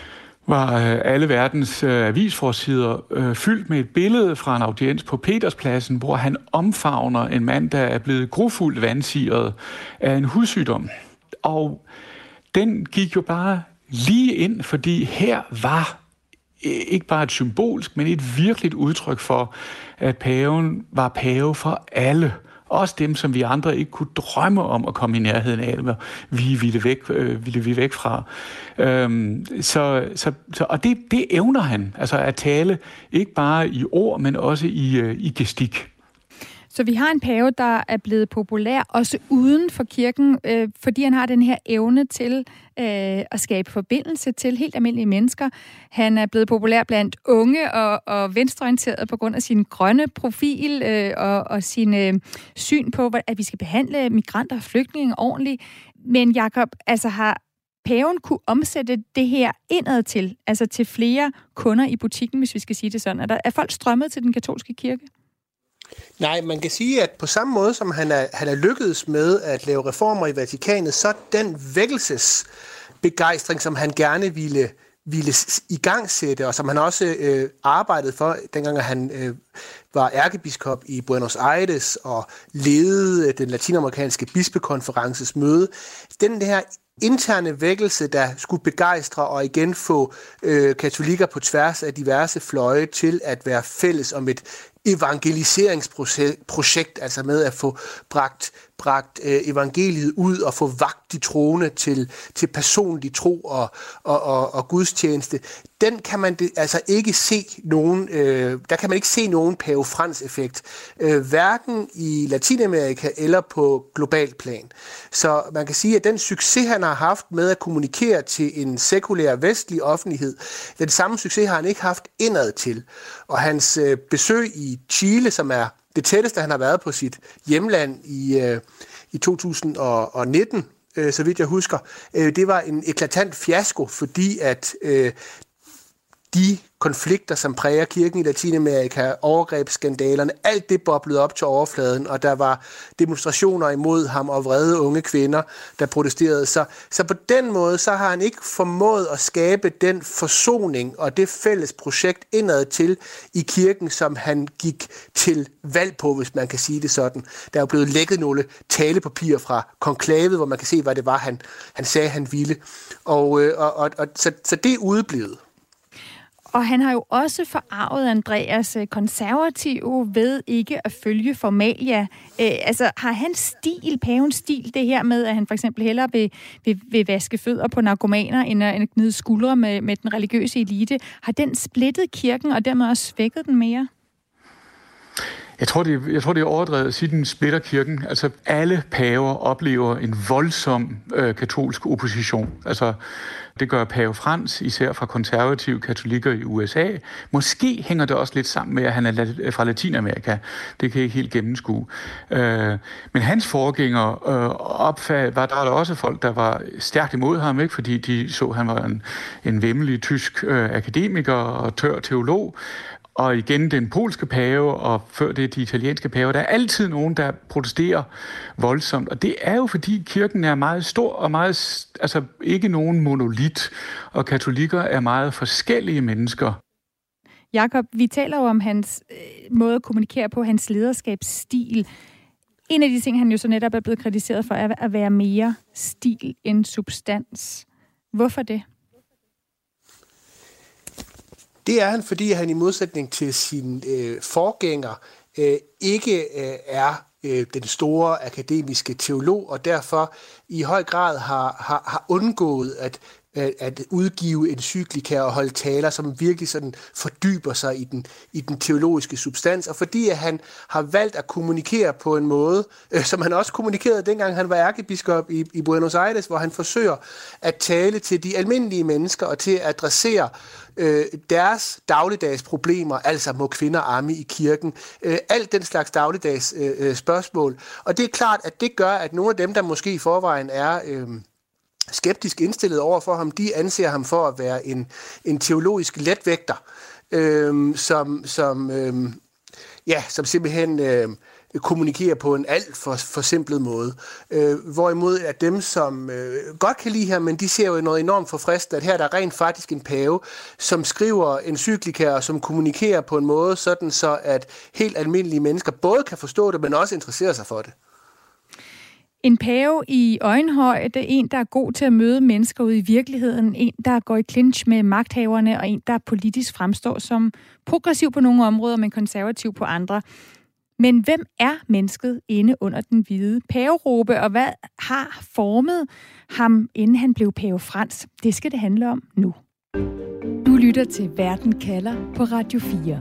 var øh, alle verdens øh, avisforsider øh, fyldt med et billede fra en audiens på Peterspladsen, hvor han omfavner en mand, der er blevet grufuldt vansiret af en hudsygdom. Og den gik jo bare lige ind, fordi her var ikke bare et symbolsk, men et virkeligt udtryk for, at paven var pave for alle. Også dem, som vi andre ikke kunne drømme om at komme i nærheden af, eller vi ville væk, øh, ville vi væk fra. Øhm, så, så, så, og det, det evner han, altså at tale ikke bare i ord, men også i, øh, i gestik. Så vi har en pave, der er blevet populær, også uden for kirken, øh, fordi han har den her evne til øh, at skabe forbindelse til helt almindelige mennesker. Han er blevet populær blandt unge og, og venstreorienterede på grund af sin grønne profil øh, og, og sin øh, syn på, at vi skal behandle migranter og flygtninge ordentligt. Men Jakob, altså har paven kunne omsætte det her indad til, altså til flere kunder i butikken, hvis vi skal sige det sådan? Er, der, er folk strømmet til den katolske kirke? Nej, man kan sige, at på samme måde som han er, han er lykkedes med at lave reformer i Vatikanet, så den vækkelsesbegejstring, som han gerne ville, ville igangsætte, og som han også øh, arbejdede for, dengang han øh, var ærkebiskop i Buenos Aires og ledede den latinamerikanske bispekonferences møde, den her interne vækkelse, der skulle begejstre og igen få øh, katolikker på tværs af diverse fløje til at være fælles om et evangeliseringsprojekt, altså med at få bragt, bragt øh, evangeliet ud og få vagt de troende til, til personlig tro og, og, og, og gudstjeneste. Den kan man det, altså ikke se nogen, øh, der kan man ikke se nogen Pave Frans-effekt, øh, hverken i Latinamerika eller på global plan. Så man kan sige, at den succes, han har haft med at kommunikere til en sekulær vestlig offentlighed, den samme succes har han ikke haft indad til. Og hans øh, besøg i Chile, som er det tætteste, han har været på sit hjemland i, øh, i to tusind og nitten, øh, så vidt jeg husker, øh, det var en eklatant fiasko, fordi at øh, de konflikter, som præger kirken i Latinamerika, overgrebsskandalerne, alt det boblede op til overfladen, og der var demonstrationer imod ham og vrede unge kvinder, der protesterede. Så, så på den måde, så har han ikke formået at skabe den forsoning og det fælles projekt indad til i kirken, som han gik til valg på, hvis man kan sige det sådan. Der er jo blevet lækket nogle talepapirer fra konklavet, hvor man kan se, hvad det var, han, han sagde, han ville. Og, og, og, og så, så det er udeblevet. Og han har jo også forarvet Andreas konservative ved ikke at følge formalia. Øh, altså, har han stil, pavens stil, det her med, at han for eksempel hellere vil, vil, vil vaske fødder på narkomaner, end at, end at gnide skuldre med, med den religiøse elite, har den splittet kirken, og dermed også svækket den mere? Jeg tror, det, jeg tror, det er overdrevet at sige, den splitter kirken. Altså, alle paver oplever en voldsom øh, katolsk opposition. Altså, det gør Pave Frans, især fra konservative katolikker i U S A. Måske hænger det også lidt sammen med, at han er fra Latinamerika. Det kan jeg ikke helt gennemskue. Øh, men hans forgænger øh, opfald, var der også folk, der var stærkt imod ham, ikke? Fordi de så, at han var en, en væmmelig tysk øh, akademiker og tør teolog. Og igen den polske pave, og før det de italienske pave. Der er altid nogen, der protesterer voldsomt. Og det er jo, fordi kirken er meget stor og meget, altså ikke nogen monolit. Og katolikker er meget forskellige mennesker. Jakob, vi taler jo om hans øh, måde at kommunikere på, hans lederskabsstil. En af de ting, han jo så netop er blevet kritiseret for, er at være mere stil end substans. Hvorfor det? Det er han, fordi han i modsætning til sin øh, forgænger øh, ikke øh, er øh, den store akademiske teolog, og derfor i høj grad har, har, har undgået at, at, at udgive encyklika og holde taler, som virkelig sådan fordyber sig i den, i den teologiske substans, og fordi at han har valgt at kommunikere på en måde, øh, som han også kommunikerede dengang han var ærkebiskop i, i Buenos Aires, hvor han forsøger at tale til de almindelige mennesker og til at adressere Øh, deres dagligdags problemer, altså må kvinder amme i kirken, øh, alt den slags dagligdags øh, spørgsmål. Og det er klart, at det gør, at nogle af dem, der måske i forvejen er øh, skeptisk indstillet over for ham, de anser ham for at være en, en teologisk letvægter, øh, som, som, øh, ja, som simpelthen øh, kommunikerer på en alt for forsimplet måde. Øh, hvorimod at dem, som øh, godt kan lide ham, men de ser jo noget enormt forfriskende, at her er der rent faktisk en pave, som skriver encyklika og som kommunikerer på en måde, sådan så at helt almindelige mennesker både kan forstå det, men også interessere sig for det. En pave i øjenhøjde, en, der er god til at møde mennesker ude i virkeligheden, en, der går i clinch med magthaverne, og en, der politisk fremstår som progressiv på nogle områder, men konservativ på andre. Men hvem er mennesket inde under den hvide paverobe, og hvad har formet ham, inden han blev pave Frans? Det skal det handle om nu. Du lytter til Verden kalder på Radio fire.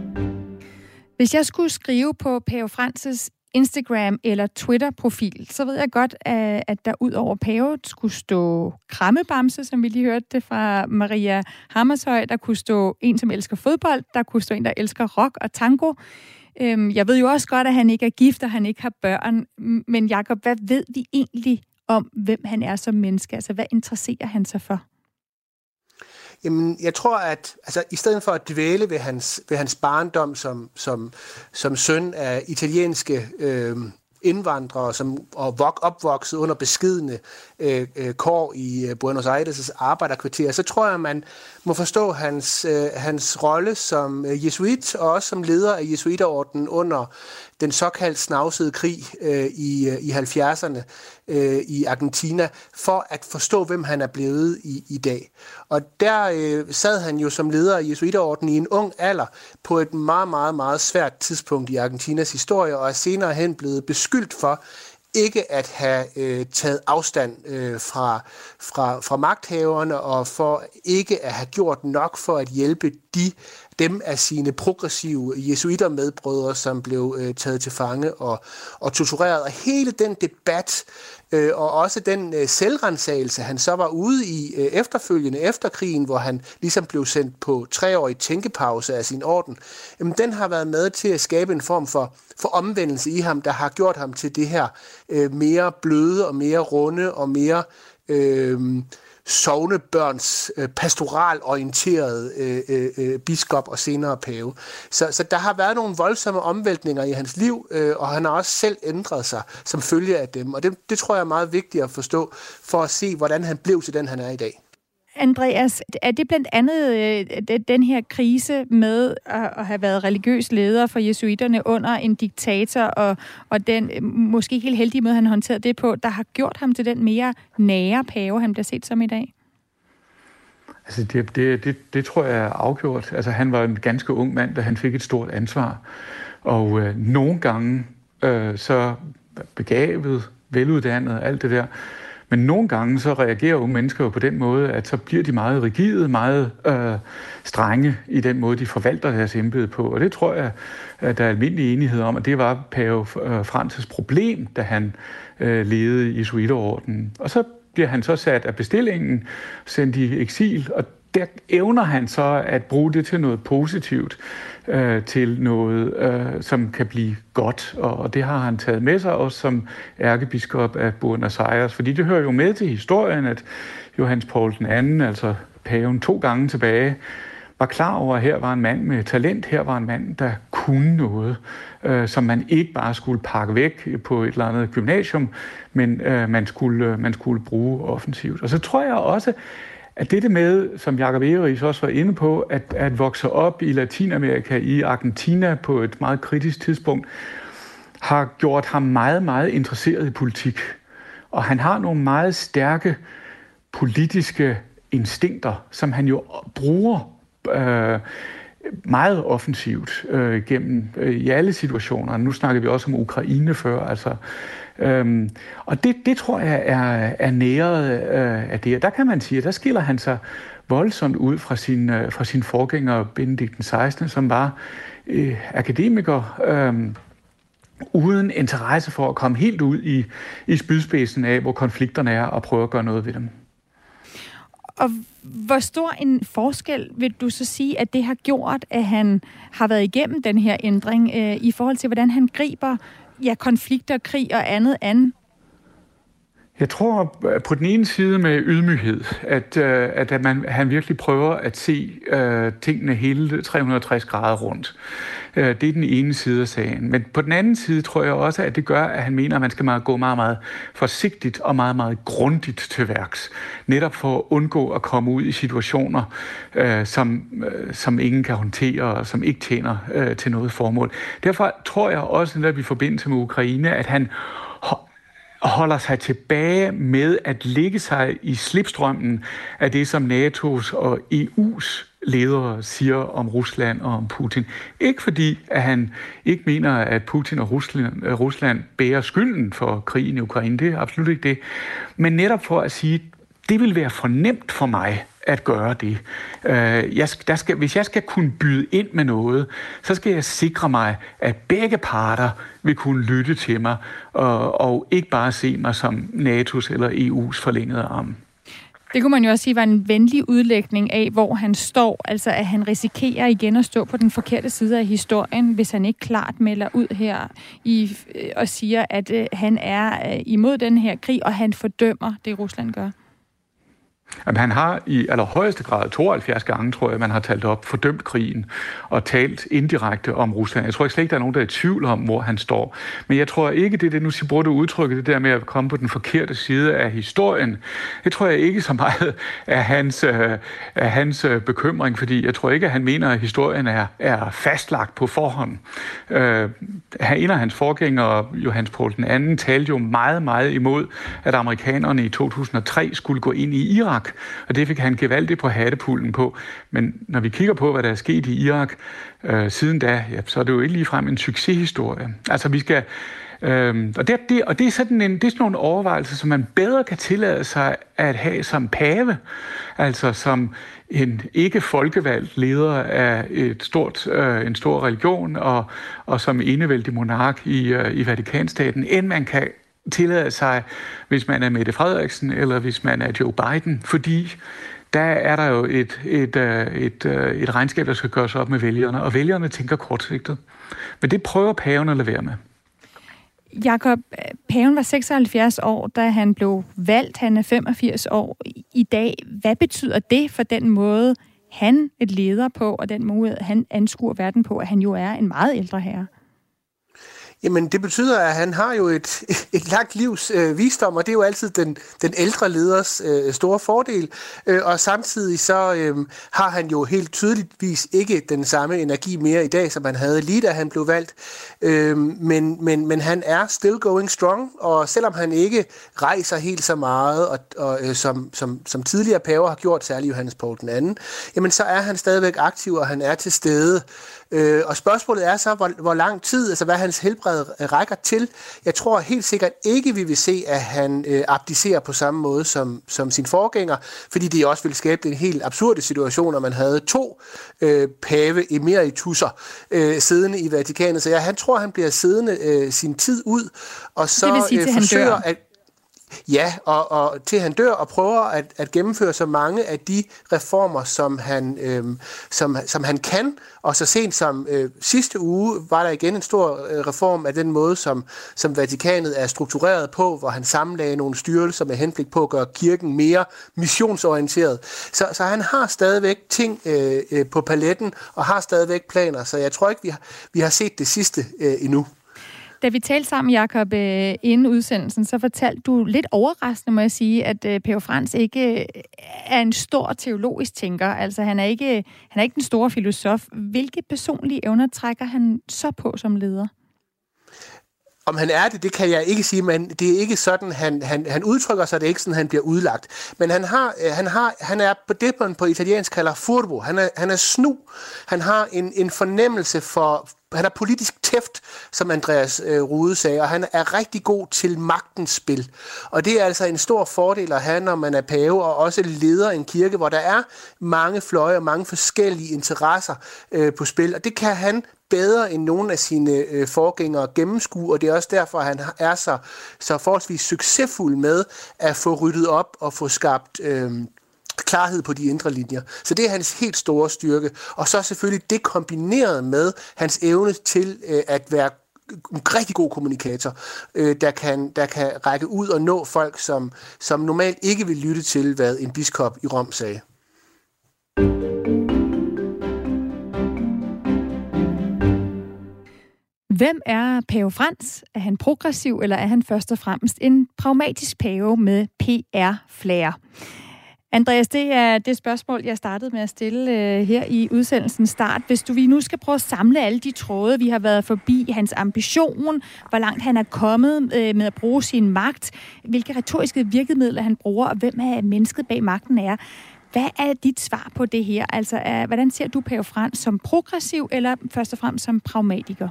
Hvis jeg skulle skrive på pave Frans' Instagram eller Twitter-profil, så ved jeg godt, at der ud over pave skulle stå krammebamse, som vi lige hørte det fra Maria Hammershøi. Der kunne stå en, som elsker fodbold. Der kunne stå en, der elsker rock og tango. Jeg ved jo også godt, at han ikke er gift, og han ikke har børn. Men Jakob, hvad ved vi egentlig om, hvem han er som menneske? Altså, hvad interesserer han sig for? Jamen, jeg tror, at altså, i stedet for at dvæle ved hans, ved hans barndom som, som, som søn af italienske øh, indvandrere, som og vok, opvokset under beskidende øh, kår i øh, Buenos Aires' arbejderkvarter, så tror jeg, man må forstå hans, øh, hans rolle som øh, jesuit, og også som leder af jesuiterordenen under den såkaldt snavsede krig øh, i, øh, i halvfjerdserne øh, i Argentina, for at forstå, hvem han er blevet i, i dag. Og der øh, sad han jo som leder af jesuiterordenen i en ung alder på et meget, meget, meget svært tidspunkt i Argentinas historie, og er senere hen blevet beskyldt for ikke at have øh, taget afstand øh, fra, fra, fra magthaverne, og for ikke at have gjort nok for at hjælpe de dem af sine progressive jesuiter-medbrødre, som blev øh, taget til fange og, og tortureret. Og hele den debat, øh, og også den øh, selvrensagelse, han så var ude i øh, efterfølgende efter krigen, hvor han ligesom blev sendt på treårig tænkepause af sin orden, jamen, den har været med til at skabe en form for, for omvendelse i ham, der har gjort ham til det her øh, mere bløde og mere runde og mere Øh, sognebørns øh, pastoralorienterede øh, øh, biskop og senere pave. Så, så der har været nogle voldsomme omvæltninger i hans liv, øh, og han har også selv ændret sig som følge af dem. Og det, det tror jeg er meget vigtigt at forstå, for at se, hvordan han blev til den, han er i dag. Andreas, er det blandt andet øh, den her krise med at, at have været religiøs leder for jesuiterne under en diktator, og, og den øh, måske ikke helt heldige måde, han håndterede det på, der har gjort ham til den mere nære pave, han bliver set som i dag? Altså det, det, det, det tror jeg er afgjort. Altså han var en ganske ung mand, da han fik et stort ansvar. Og øh, nogle gange øh, så begavet, veluddannet, alt det der. Men nogle gange så reagerer unge mennesker jo på den måde, at så bliver de meget rigide, meget øh, strenge i den måde, de forvalter deres embede på. Og det tror jeg, at der er almindelig enighed om, at det var pave Frans' problem, da han øh, ledede jesuiterordenen. Og så bliver han så sat af bestillingen, sendt i eksil, og der evner han så at bruge det til noget positivt, øh, til noget, øh, som kan blive godt. Og, og det har han taget med sig også som ærkebiskop af Buenos Aires. Fordi det hører jo med til historien, at Johannes Paul den anden, altså paven to gange tilbage, var klar over, at her var en mand med talent, her var en mand, der kunne noget, øh, som man ikke bare skulle pakke væk på et eller andet gymnasium, men øh, man, skulle, man skulle bruge offensivt. Og så tror jeg også, at det med, som Jakob Egeris også var inde på, at, at vokse op i Latinamerika, i Argentina på et meget kritisk tidspunkt, har gjort ham meget, meget interesseret i politik. Og han har nogle meget stærke politiske instinkter, som han jo bruger øh, meget offensivt øh, gennem øh, i alle situationer. Nu snakker vi også om Ukraine før, altså. Øhm, og det, det tror jeg er, er næret øh, af det. Der kan man sige, at der skiller han sig voldsomt ud fra sin, øh, fra sin forgænger Benedikt den sekstende, som var øh, akademiker, øh, uden interesse for at komme helt ud i, i spydspidsen af, hvor konflikterne er, og prøve at gøre noget ved dem. Og hvor stor en forskel vil du så sige, at det har gjort, at han har været igennem den her ændring øh, i forhold til, hvordan han griber ja, konflikter, krig og andet an? Jeg tror på den ene side med ydmyghed, at, at man, han virkelig prøver at se uh, tingene hele tre hundrede og tres grader rundt. Uh, det er den ene side af sagen. Men på den anden side tror jeg også, at det gør, at han mener, at man skal meget, gå meget, meget forsigtigt og meget, meget grundigt til værks. Netop for at undgå at komme ud i situationer, uh, som, uh, som ingen kan håndtere og som ikke tjener uh, til noget formål. Derfor tror jeg også, netop i forbindelse med Ukraine, at han holder sig tilbage med at lægge sig i slipstrømmen af det, som N A T O's og E U's ledere siger om Rusland og om Putin. Ikke fordi, at han ikke mener, at Putin og Rusland, Rusland bærer skylden for krigen i Ukraine. Det er absolut ikke det. Men netop for at sige, at det vil være for nemt for mig at gøre det. Jeg, der skal, hvis jeg skal kunne byde ind med noget, så skal jeg sikre mig, at begge parter vil kunne lytte til mig, og, og ikke bare se mig som N A T O's eller E U's forlængede arm. Det kunne man jo også sige var en venlig udlægning af, hvor han står. Altså, at han risikerer igen at stå på den forkerte side af historien, hvis han ikke klart melder ud her i, og siger, at øh, han er øh, imod den her krig, og han fordømmer det, Rusland gør. Jamen, han har i allerhøjeste grad tooghalvfjerds gange, tror jeg, man har talt op, fordømt krigen og talt indirekte om Rusland. Jeg tror ikke slet ikke, der er nogen, der er i tvivl om, hvor han står. Men jeg tror ikke, det er det, nu bruger du udtrykket, det der med at komme på den forkerte side af historien. Det tror jeg ikke så meget af hans, af hans bekymring, fordi jeg tror ikke, at han mener, at historien er, er fastlagt på forhånd. Uh, en af hans forgængere, Johannes Paul den anden, talte jo meget, meget imod, at amerikanerne i to tusind og tre skulle gå ind i Irak. Og det fik han gevaldigt på hattepullen på. Men når vi kigger på, hvad der er sket i Irak øh, siden da, ja, så er det jo ikke ligefrem en succeshistorie. Altså vi skal... Øh, og, det, det, og det er sådan en, det er sådan nogle overvejelser, som man bedre kan tillade sig at have som pave. Altså som en ikke folkevalgt leder af et stort, øh, en stor religion, og, og som enevældig monark i, øh, i Vatikanstaten, end man kan tillade sig, hvis man er Mette Frederiksen, eller hvis man er Joe Biden, fordi der er der jo et, et, et, et, et regnskab, der skal gøres op med vælgerne, og vælgerne tænker kortsigtet. Men det prøver paven at lade være med. Jakob, paven var seksoghalvfjerds år, da han blev valgt. Han er femogfirs år i dag. Hvad betyder det for den måde, han er leder på, og den måde, han anskuer verden på, at han jo er en meget ældre herre? Jamen, det betyder, at han har jo et, et langt livs øh, visdom, og det er jo altid den, den ældre leders øh, store fordel. Øh, og samtidig så øh, har han jo helt tydeligvis ikke den samme energi mere i dag, som han havde lige da han blev valgt. Øh, men, men, men han er still going strong, og selvom han ikke rejser helt så meget, og, og, øh, som, som, som tidligere paver har gjort, særligt Johannes Paul den anden, jamen så er han stadigvæk aktiv, og han er til stede. Øh, og spørgsmålet er så, hvor, hvor lang tid, altså hvad hans helbred rækker til. Jeg tror helt sikkert ikke, vi vil se, at han øh, abdicerer på samme måde som, som sin forgænger, fordi det også ville skabe en helt absurde situation, at man havde to øh, pave emeritusser øh, siddende i Vatikanet. Så ja, han tror, han bliver siddende øh, sin tid ud, og så det vil sige, øh, forsøger at Ja, og, og til han dør og prøver at, at gennemføre så mange af de reformer, som han, øh, som, som han kan. Og så sent som øh, sidste uge var der igen en stor øh, reform af den måde, som, som Vatikanet er struktureret på, hvor han sammenlagde nogle styrelser med henblik på at gøre kirken mere missionsorienteret. Så, så han har stadigvæk ting øh, øh, på paletten og har stadigvæk planer, så jeg tror ikke, vi har, vi har set det sidste øh, endnu. Da vi talte sammen, Jakob, inden udsendelsen, så fortalte du lidt overraskende, må jeg sige, at Pave Frans ikke er en stor teologisk tænker. Altså, han er ikke, han er ikke den store filosof. Hvilke personlige evner trækker han så på som leder? Om han er det, det kan jeg ikke sige, men det er ikke sådan, han, han, han udtrykker sig, det er ikke sådan, han bliver udlagt. Men han, har, han, har, han er på det, man på italiensk kalder furbo. Han er, han er snu. Han har en, en fornemmelse for... Han er politisk tæft, som Andreas øh, Rude sagde, og han er rigtig god til magtens spil. Og det er altså en stor fordel at have, når man er pave og også leder en kirke, hvor der er mange fløje og mange forskellige interesser øh, på spil. Og det kan han bedre end nogen af sine øh, forgængere gennemskue, og det er også derfor, at han er så, så forholdsvis succesfuld med at få ryddet op og få skabt... Øh, klarhed på de indre linjer. Så det er hans helt store styrke. Og så selvfølgelig det kombineret med hans evne til øh, at være en rigtig god kommunikator, øh, der, kan, der kan række ud og nå folk, som, som normalt ikke vil lytte til, hvad en biskop i Rom sagde. Hvem er pave Frans? Er han progressiv, eller er han først og fremmest en pragmatisk pave med P R-flair? Andreas, det er det spørgsmål, jeg startede med at stille øh, her i udsendelsens start. Hvis du vi nu skal prøve at samle alle de tråde, vi har været forbi, hans ambition, hvor langt han er kommet øh, med at bruge sin magt, hvilke retoriske virkemidler han bruger, og hvem er mennesket bag magten er. Hvad er dit svar på det her? Altså, er, hvordan ser du pave Frans, som progressiv, eller først og fremmest som pragmatiker?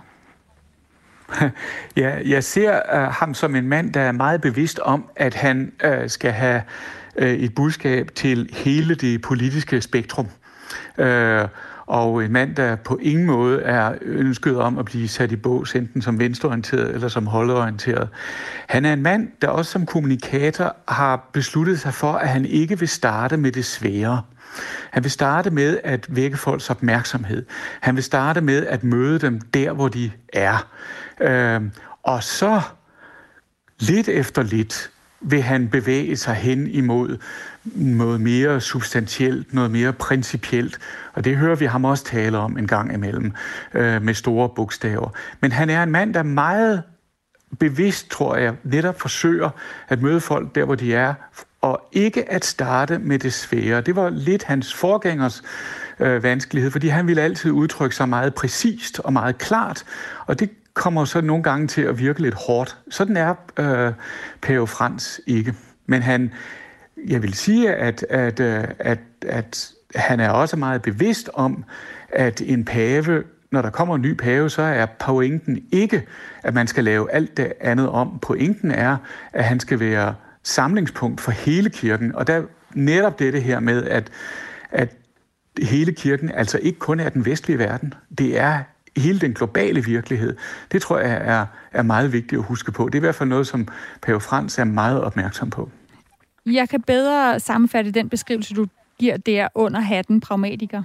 Ja, jeg ser uh, ham som en mand, der er meget bevidst om, at han uh, skal have uh, et budskab til hele det politiske spektrum. Uh, og en mand, der på ingen måde er ønsket om at blive sat i bås, enten som venstreorienteret eller som højreorienteret. Han er en mand, der også som kommunikator har besluttet sig for, at han ikke vil starte med det svære. Han vil starte med at vække folks opmærksomhed. Han vil starte med at møde dem der, hvor de er. Øh, og så lidt efter lidt vil han bevæge sig hen imod noget mere substantielt, noget mere principielt. Og det hører vi ham også tale om en gang imellem øh, med store bogstaver. Men han er en mand, der meget bevidst, tror jeg, netop forsøger at møde folk der, hvor de er, og ikke at starte med det svære. Det var lidt hans forgængers øh, vanskelighed, fordi han ville altid udtrykke sig meget præcist og meget klart, og det kommer så nogle gange til at virke lidt hårdt. Sådan er øh, pave Frans ikke. Men han, jeg vil sige, at, at, at, at han er også meget bevidst om, at en pave, når der kommer en ny pave, så er pointen ikke, at man skal lave alt det andet om. Pointen er, at han skal være samlingspunkt for hele kirken. Og der netop dette her med, at, at hele kirken altså ikke kun er den vestlige verden. Det er hele den globale virkelighed. Det tror jeg er, er meget vigtigt at huske på. Det er i hvert fald noget, som pave Frans er meget opmærksom på. Jeg kan bedre sammenfatte den beskrivelse, du giver der under hatten pragmatiker.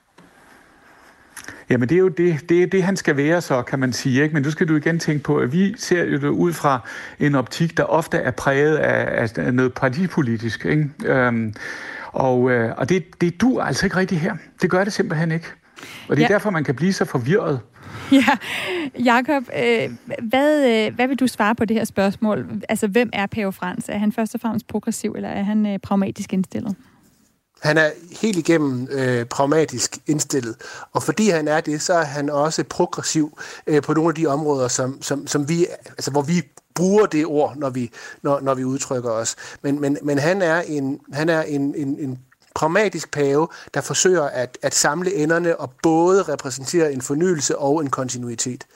Jamen det er jo det, det, er det, han skal være så, kan man sige. Ikke? Men nu skal du igen tænke på, at vi ser jo det ud fra en optik, der ofte er præget af, af noget partipolitisk. Ikke? Øhm, og og det, det duer altså ikke rigtigt her. Det gør det simpelthen ikke. Og det er ja. derfor, man kan blive så forvirret. Ja, Jakob, øh, hvad, øh, hvad vil du svare på det her spørgsmål? Altså, hvem er pave Frans? Er han først og fremmest progressiv, eller er han øh, pragmatisk indstillet? Han er helt igennem øh, pragmatisk indstillet, og fordi han er det, så er han også progressiv øh, på nogle af de områder, som, som, som vi, altså, hvor vi bruger det ord, når vi, når, når vi udtrykker os. Men, men, men han er en, han er en, en, en pragmatisk pave, der forsøger at, at samle enderne og både repræsentere en fornyelse og en kontinuitet.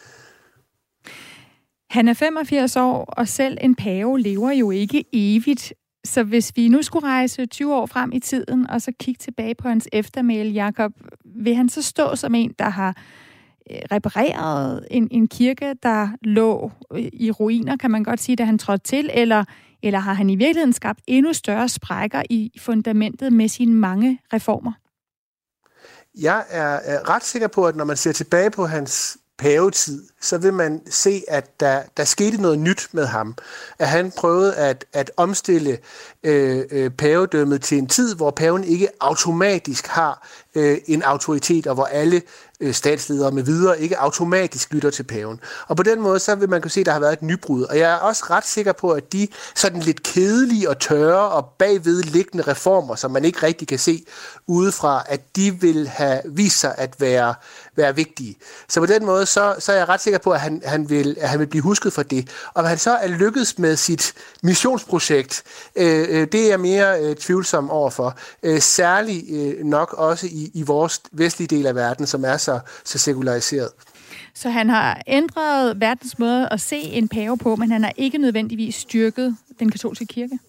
Han er femogfirs år, og selv en pave lever jo ikke evigt. Så hvis vi nu skulle rejse tyve år frem i tiden, og så kigge tilbage på hans eftermæle, Jakob, vil han så stå som en, der har repareret en, en kirke, der lå i ruiner, kan man godt sige, da han trådte til, eller, eller har han i virkeligheden skabt endnu større sprækker i fundamentet med sine mange reformer? Jeg er, er ret sikker på, at når man ser tilbage på hans pavetid, så vil man se, at der, der skete noget nyt med ham. At han prøvede at, at omstille øh, øh, pavedømmet til en tid, hvor paven ikke automatisk har øh, en autoritet, og hvor alle øh, statsledere med videre ikke automatisk lytter til paven. Og på den måde, så vil man kunne se, at der har været et nybrud. Og jeg er også ret sikker på, at de sådan lidt kedelige og tørre og bagved liggende reformer, som man ikke rigtig kan se udefra, at de vil have vist sig at være, være vigtige. Så på den måde, så, så er jeg ret sikker på, at han, han, vil, at han vil blive husket for det. Og at han så er lykkedes med sit missionsprojekt, øh, det er jeg mere øh, tvivlsom overfor. Øh, særligt øh, nok også i, i vores vestlige del af verden, som er så, så sekulariseret. Så han har ændret verdens måde at se en pave på, men han har ikke nødvendigvis styrket den katolske kirke?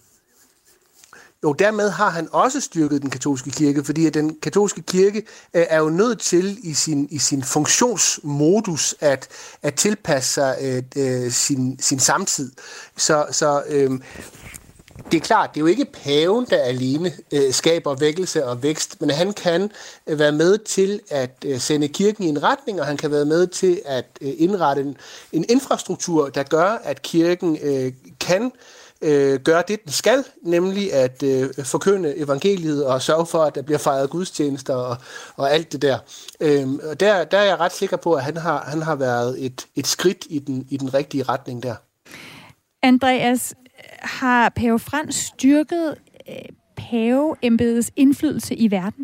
Jo, dermed har han også styrket den katolske kirke, fordi at den katolske kirke øh, er jo nødt til i sin, i sin funktionsmodus at, at tilpasse sig øh, sin, sin samtid. Så, så øh, det er klart, det er jo ikke paven, der alene øh, skaber vækkelse og vækst, men han kan øh, være med til at øh, sende kirken i en retning, og han kan være med til at øh, indrette en, en infrastruktur, der gør, at kirken øh, kan øh, gøre det, den skal, nemlig at øh, forkynde evangeliet og sørge for, at der bliver fejret gudstjenester og, og alt det der. Øh, og der, der er jeg ret sikker på, at han har, han har været et, et skridt i den, i den rigtige retning der. Andreas, har Pave Frans styrket øh, paveembedets indflydelse i verden?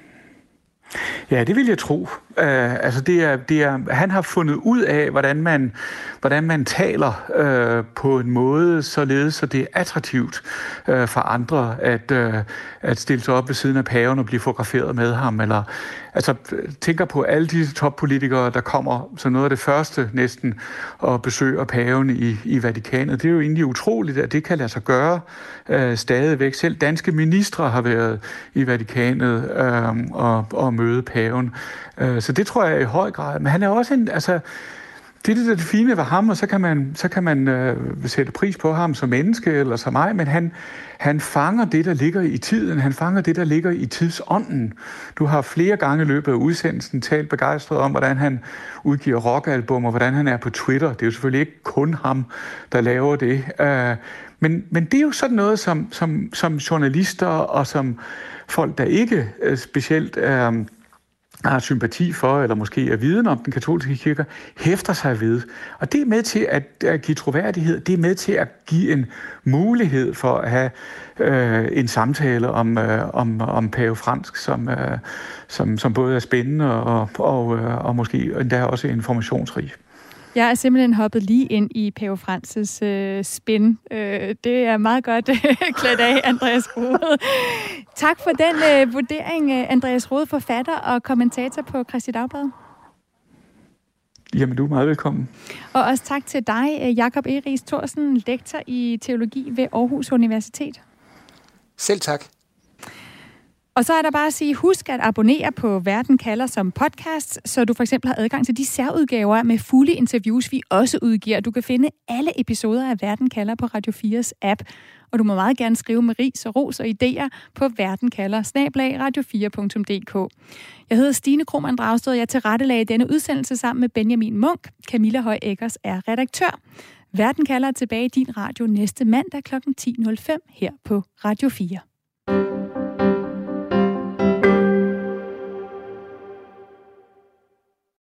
Ja, det vil jeg tro. Uh, altså det er, det er, han har fundet ud af, hvordan man, hvordan man taler uh, på en måde, således så det er attraktivt uh, for andre at, uh, at stille sig op ved siden af paven og blive fotograferet med ham. Eller, altså tænker på alle de toppolitikere, der kommer som noget af det første næsten og besøger paven i, i Vatikanet. Det er jo egentlig utroligt, at det kan lade sig gøre uh, stadigvæk. Selv danske ministre har været i Vatikanet uh, og, og møde paven. Uh, Så det tror jeg i høj grad. Men han er også en, altså, det er det, der er det fine ved ham, og så kan man, så kan man øh, sætte pris på ham som menneske eller som mig, men han, han fanger det, der ligger i tiden. Han fanger det, der ligger i tidsånden. Du har flere gange i løbet af udsendelsen talt begejstret om, hvordan han udgiver rockalbum, og hvordan han er på Twitter. Det er jo selvfølgelig ikke kun ham, der laver det. Uh, men, men det er jo sådan noget, som, som, som journalister og som folk, der ikke uh, specielt er... Uh, har sympati for, eller måske er viden om den katolske kirke, hæfter sig ved. Og det er med til at, at give troværdighed, det er med til at give en mulighed for at have øh, en samtale om, øh, om, om Pave Fransk, som, øh, som, som både er spændende og, og, øh, og måske endda også informationsrig. Jeg er simpelthen hoppet lige ind i Pave Frans' øh, spin. Øh, det er meget godt klædt af, Andreas Rode. Tak for den øh, vurdering, Andreas Rode, forfatter og kommentator på Kristi Dagblad. Jamen, du er meget velkommen. Og også tak til dig, Jakob Eris Thorsen, lektor i teologi ved Aarhus Universitet. Selv tak. Og så er der bare at sige, husk at abonnere på Verden kalder som podcast, så du for eksempel har adgang til de særudgaver med fulde interviews, vi også udgiver. Du kan finde alle episoder af Verden kalder på Radio fires app, og du må meget gerne skrive med ris og ros og idéer på verdenkalder snabel-a radio fire punktum d k. Jeg hedder Stine Krohmann Dragsted, og jeg tilrettelagde denne udsendelse sammen med Benjamin Munk. Camilla Høj Eggers er redaktør. Verden kalder tilbage i din radio næste mandag klokken ti nul fem her på Radio fire.